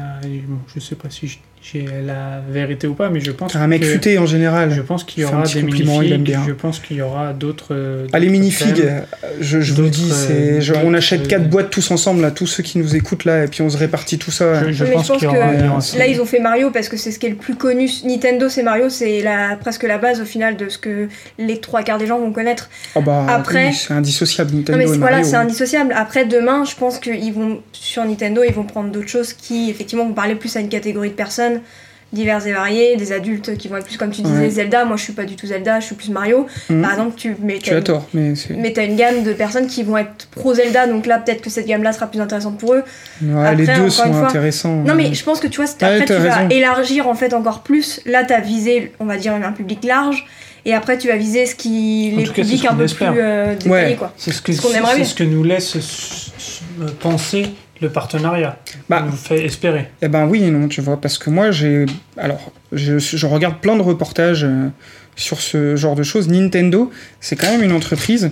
je sais pas si j'ai la vérité ou pas, mais je pense un mec futé en général. Je pense qu'il y aura des minifigs, je pense qu'il y aura d'autres les minifigs, je vous le dis, on achète 4 boîtes tous ensemble, là, tous ceux qui nous écoutent là, et puis on se répartit tout ça. Je pense qu'il y aura là ils ont fait Mario parce que c'est ce qui est le plus connu. Nintendo, c'est Mario, c'est presque la base au final de ce que les 3/4 des gens vont connaître. Après, oui, c'est indissociable, Nintendo. Non, mais et voilà, Mario. c'est indissociable. Après, demain, je pense qu'ils vont sur Nintendo, ils vont prendre d'autres choses qui effectivement vont parler plus à une catégorie de personnes divers et variés, des adultes qui vont être plus, comme tu disais, Zelda. Moi je suis pas du tout Zelda, je suis plus Mario. Par exemple, tu as tort, mais t'as une gamme de personnes qui vont être pro Zelda, donc là peut-être que cette gamme là sera plus intéressante pour eux. Après, les deux sont intéressants. Non mais je pense que tu vois, après tu vas élargir en fait encore plus. Là t'as visé, on va dire, un public large, et après tu vas viser les publics un peu plus détaillés, quoi. C'est ce qu'on aimerait bien. C'est ce que nous laisse penser le partenariat nous fait espérer. Eh ben oui et non, tu vois, parce que moi je regarde plein de reportages sur ce genre de choses. Nintendo, c'est quand même une entreprise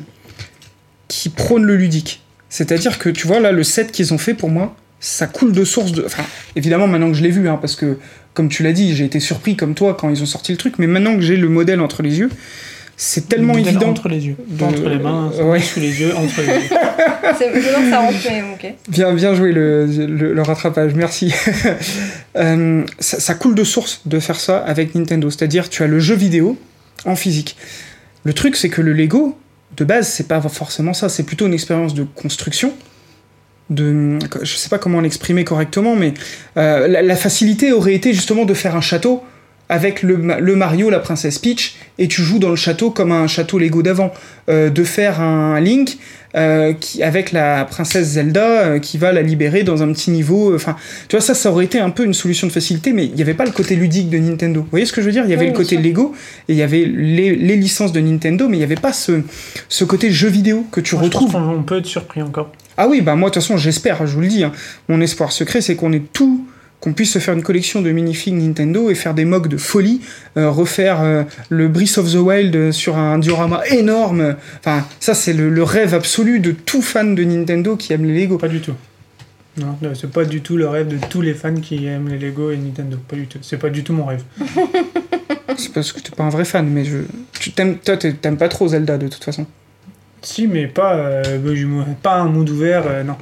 qui prône le ludique. C'est-à-dire que, tu vois, là, le set qu'ils ont fait, pour moi, ça coule de source de... Enfin, évidemment, maintenant que je l'ai vu, parce que, comme tu l'as dit, j'ai été surpris comme toi quand ils ont sorti le truc, mais maintenant que j'ai le modèle entre les yeux, c'est tellement évident. Entre les yeux. Entre les mains, sous les yeux, entre les yeux. C'est évident que ça rentre, mais ok. Bien joué le rattrapage, merci. ça coule de source de faire ça avec Nintendo. C'est-à-dire, tu as le jeu vidéo en physique. Le truc, c'est que le Lego, de base, c'est pas forcément ça. C'est plutôt une expérience de construction. Je sais pas comment l'exprimer correctement, mais la facilité aurait été justement de faire un château avec le Mario, la princesse Peach, et tu joues dans le château comme un château Lego d'avant. De faire un Link avec la princesse Zelda qui va la libérer dans un petit niveau. Enfin, tu vois, ça aurait été un peu une solution de facilité, mais il n'y avait pas le côté ludique de Nintendo. Vous voyez ce que je veux dire ? Il y avait le côté Lego, et il y avait les licences de Nintendo, mais il n'y avait pas ce côté jeu vidéo que tu retrouves. Je pense qu'on peut être surpris encore. Ah oui, bah moi, de toute façon, j'espère, je vous le dis. Hein. Mon espoir secret, c'est qu'on puisse se faire une collection de minifigs Nintendo et faire des mocks de folie, refaire le Breath of the Wild sur un diorama énorme. Enfin, ça, c'est le rêve absolu de tout fan de Nintendo qui aime les Lego. Pas du tout. Non, c'est pas du tout le rêve de tous les fans qui aiment les Lego et Nintendo. Pas du tout. C'est pas du tout mon rêve. C'est parce que t'es pas un vrai fan, mais toi, t'aimes pas trop Zelda, de toute façon. Si, mais pas un monde ouvert, non.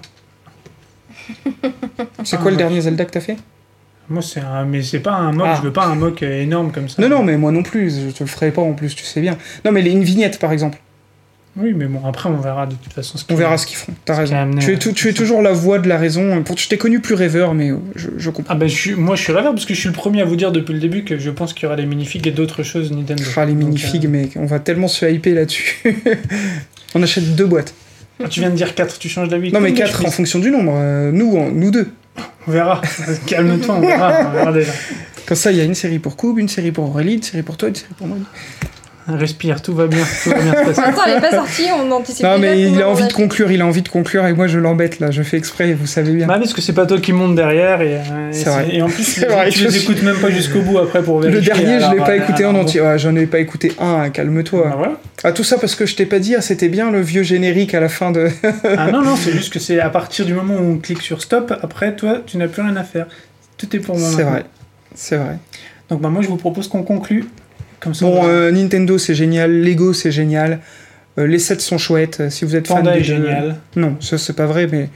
C'est quoi le dernier Zelda que t'as fait ? Moi, mais c'est pas un mock, je veux pas un mock énorme comme ça. Non, mais moi non plus, je te le ferai pas en plus, tu sais bien. Non, mais une vignette, par exemple. Oui, mais bon, après, on verra de toute façon on verra ce qu'ils font, t'as raison. Tu es toujours la voix de la raison. Je t'ai connu plus rêveur, mais je comprends. Ah ben, moi, je suis rêveur parce que je suis le premier à vous dire depuis le début que je pense qu'il y aura des minifigs et d'autres choses Nintendo. Les minifigs, mais on va tellement se hyper là-dessus. On achète 2 boîtes. Ah, tu viens de dire 4, tu changes d'avis. Non, mais 4 en fonction du nombre. Nous 2. On verra. Calme-toi, on verra déjà. Comme ça, il y a une série pour Koub, une série pour Aurélie, une série pour toi, une série pour moi. Respire, tout va bien se passer. Attends, elle n'est pas sortie, on anticipe. Non, mais il a envie de conclure, et moi je l'embête là, je fais exprès, vous savez bien. Bah, parce que c'est pas toi qui monte derrière, c'est vrai. Et en plus, tu les écoutes même pas jusqu'au bout après pour vérifier. Le dernier, je l'ai pas écouté en entier. Ouais, j'en ai pas écouté un, calme-toi. Ah, voilà. Tout ça parce que je t'ai pas dit, c'était bien le vieux générique à la fin de. Ah non, c'est juste que c'est à partir du moment où on clique sur stop, après, toi, tu n'as plus rien à faire. Tout est pour moi. C'est vrai. Donc, moi, je vous propose qu'on conclue. Comme ça, Nintendo c'est génial, Lego c'est génial, les sets sont chouettes, si vous êtes fan Panda est génial. Non, ça c'est pas vrai, mais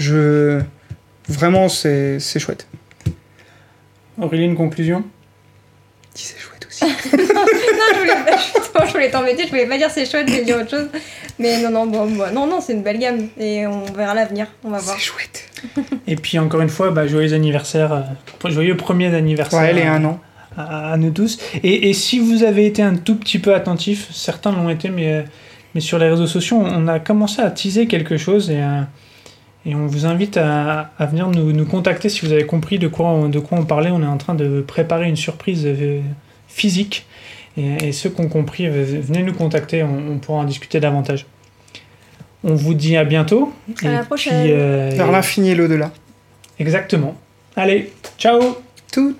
vraiment c'est chouette. Aurélie, une conclusion ? Dis c'est chouette aussi. Non, je voulais t'embêter, je voulais pas dire c'est chouette, je voulais dire autre chose. Mais non, c'est une belle gamme et on verra l'avenir, on va voir. C'est chouette. Et puis encore une fois, joyeux anniversaire, joyeux premier anniversaire. Ouais, elle est 1 an. À nous tous. Et si vous avez été un tout petit peu attentifs, certains l'ont été, mais sur les réseaux sociaux, on a commencé à teaser quelque chose et on vous invite à venir nous contacter si vous avez compris de quoi on parlait. On est en train de préparer une surprise physique et ceux qui ont compris, venez nous contacter, on pourra en discuter davantage. On vous dit à bientôt. À la prochaine. Vers l'infini et l'au-delà. Exactement. Allez, ciao. Tout.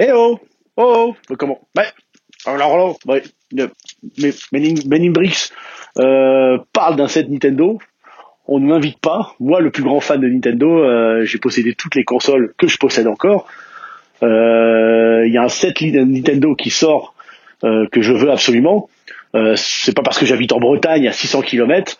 oh, oh, oh, comment? Ouais. Alors là, ouais, Men in Bricks parle d'un set Nintendo. On ne m'invite pas. Moi, le plus grand fan de Nintendo, j'ai possédé toutes les consoles que je possède encore. Il y a un set Nintendo qui sort que je veux absolument. C'est pas parce que j'habite en Bretagne à 600 km.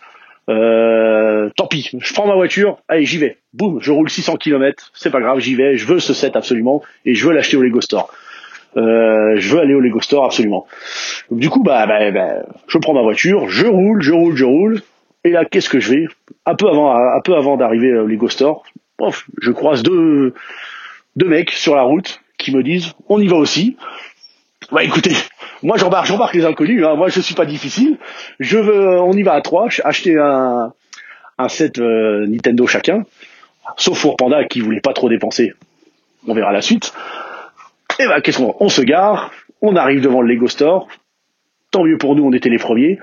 Tant pis, je prends ma voiture, allez j'y vais. Boum, je roule 600 km, c'est pas grave, j'y vais. Je veux ce set absolument et je veux l'acheter au Lego Store. Je veux aller au Lego Store absolument. Donc, du coup, je prends ma voiture, je roule. Et là, qu'est-ce que je fais? Un peu avant d'arriver au Lego Store, je croise deux mecs sur la route qui me disent, on y va aussi. Bah écoutez, moi j'embarque les inconnus. Moi je suis pas difficile. On y va à 3, acheter un set Nintendo chacun, sauf pour Panda qui voulait pas trop dépenser. On verra la suite. Et qu'est-ce on se gare, on arrive devant le Lego Store. Tant mieux pour nous, on était les premiers.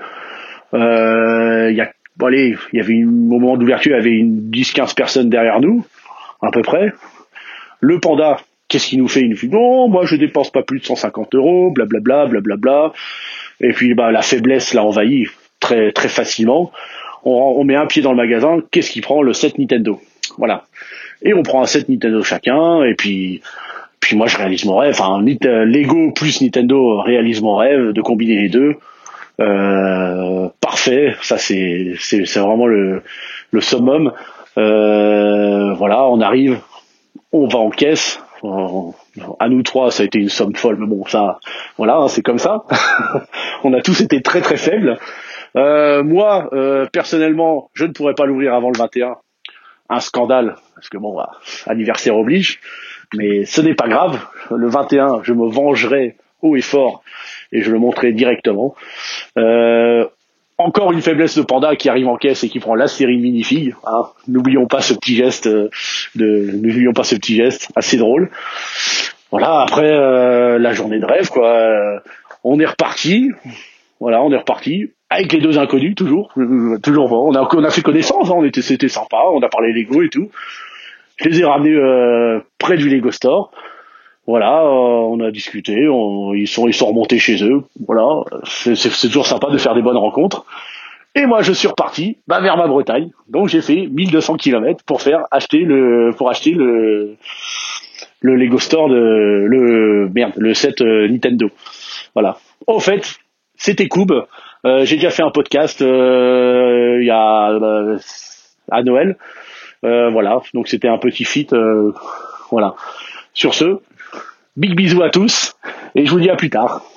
Il y avait au moment d'ouverture, il y avait une 10-15 personnes derrière nous, à peu près. Le Panda, qu'est-ce qu'il nous fait? Il nous dit non, moi je dépense pas plus de 150 €, blablabla. Et puis la faiblesse l'a envahi très très facilement. On met un pied dans le magasin, qu'est-ce qu'il prend? Le set Nintendo. Voilà. Et on prend un set Nintendo chacun, et puis moi je réalise mon rêve. Enfin, Lego plus Nintendo réalise mon rêve de combiner les deux. Parfait, ça c'est vraiment le summum. Voilà, on arrive, on va en caisse. À nous trois, ça a été une somme folle, mais bon, ça, voilà, c'est comme ça. On a tous été très très faibles. Moi, personnellement, je ne pourrais pas l'ouvrir avant le 21. Un scandale, parce que bon, anniversaire oblige. Mais ce n'est pas grave. Le 21, je me vengerai haut et fort et je le montrerai directement. Encore une faiblesse de Panda qui arrive en caisse et qui prend la série Minifig. N'oublions pas ce petit geste assez drôle. Voilà, après la journée de rêve, quoi. On est reparti. Voilà, avec les deux inconnus toujours. On a fait connaissance. C'était sympa. On a parlé Lego et tout. Je les ai ramenés près du Lego Store. Voilà, on a discuté, ils sont remontés chez eux. Voilà, c'est toujours sympa de faire des bonnes rencontres. Et moi, je suis reparti vers ma Bretagne. Donc j'ai fait 1200 km pour acheter le Lego Store le set Nintendo. Voilà. Au fait, c'était Koub. J'ai déjà fait un podcast il y a à Noël. Voilà, donc c'était un petit feat. Voilà. Sur ce, big bisous à tous et je vous dis à plus tard.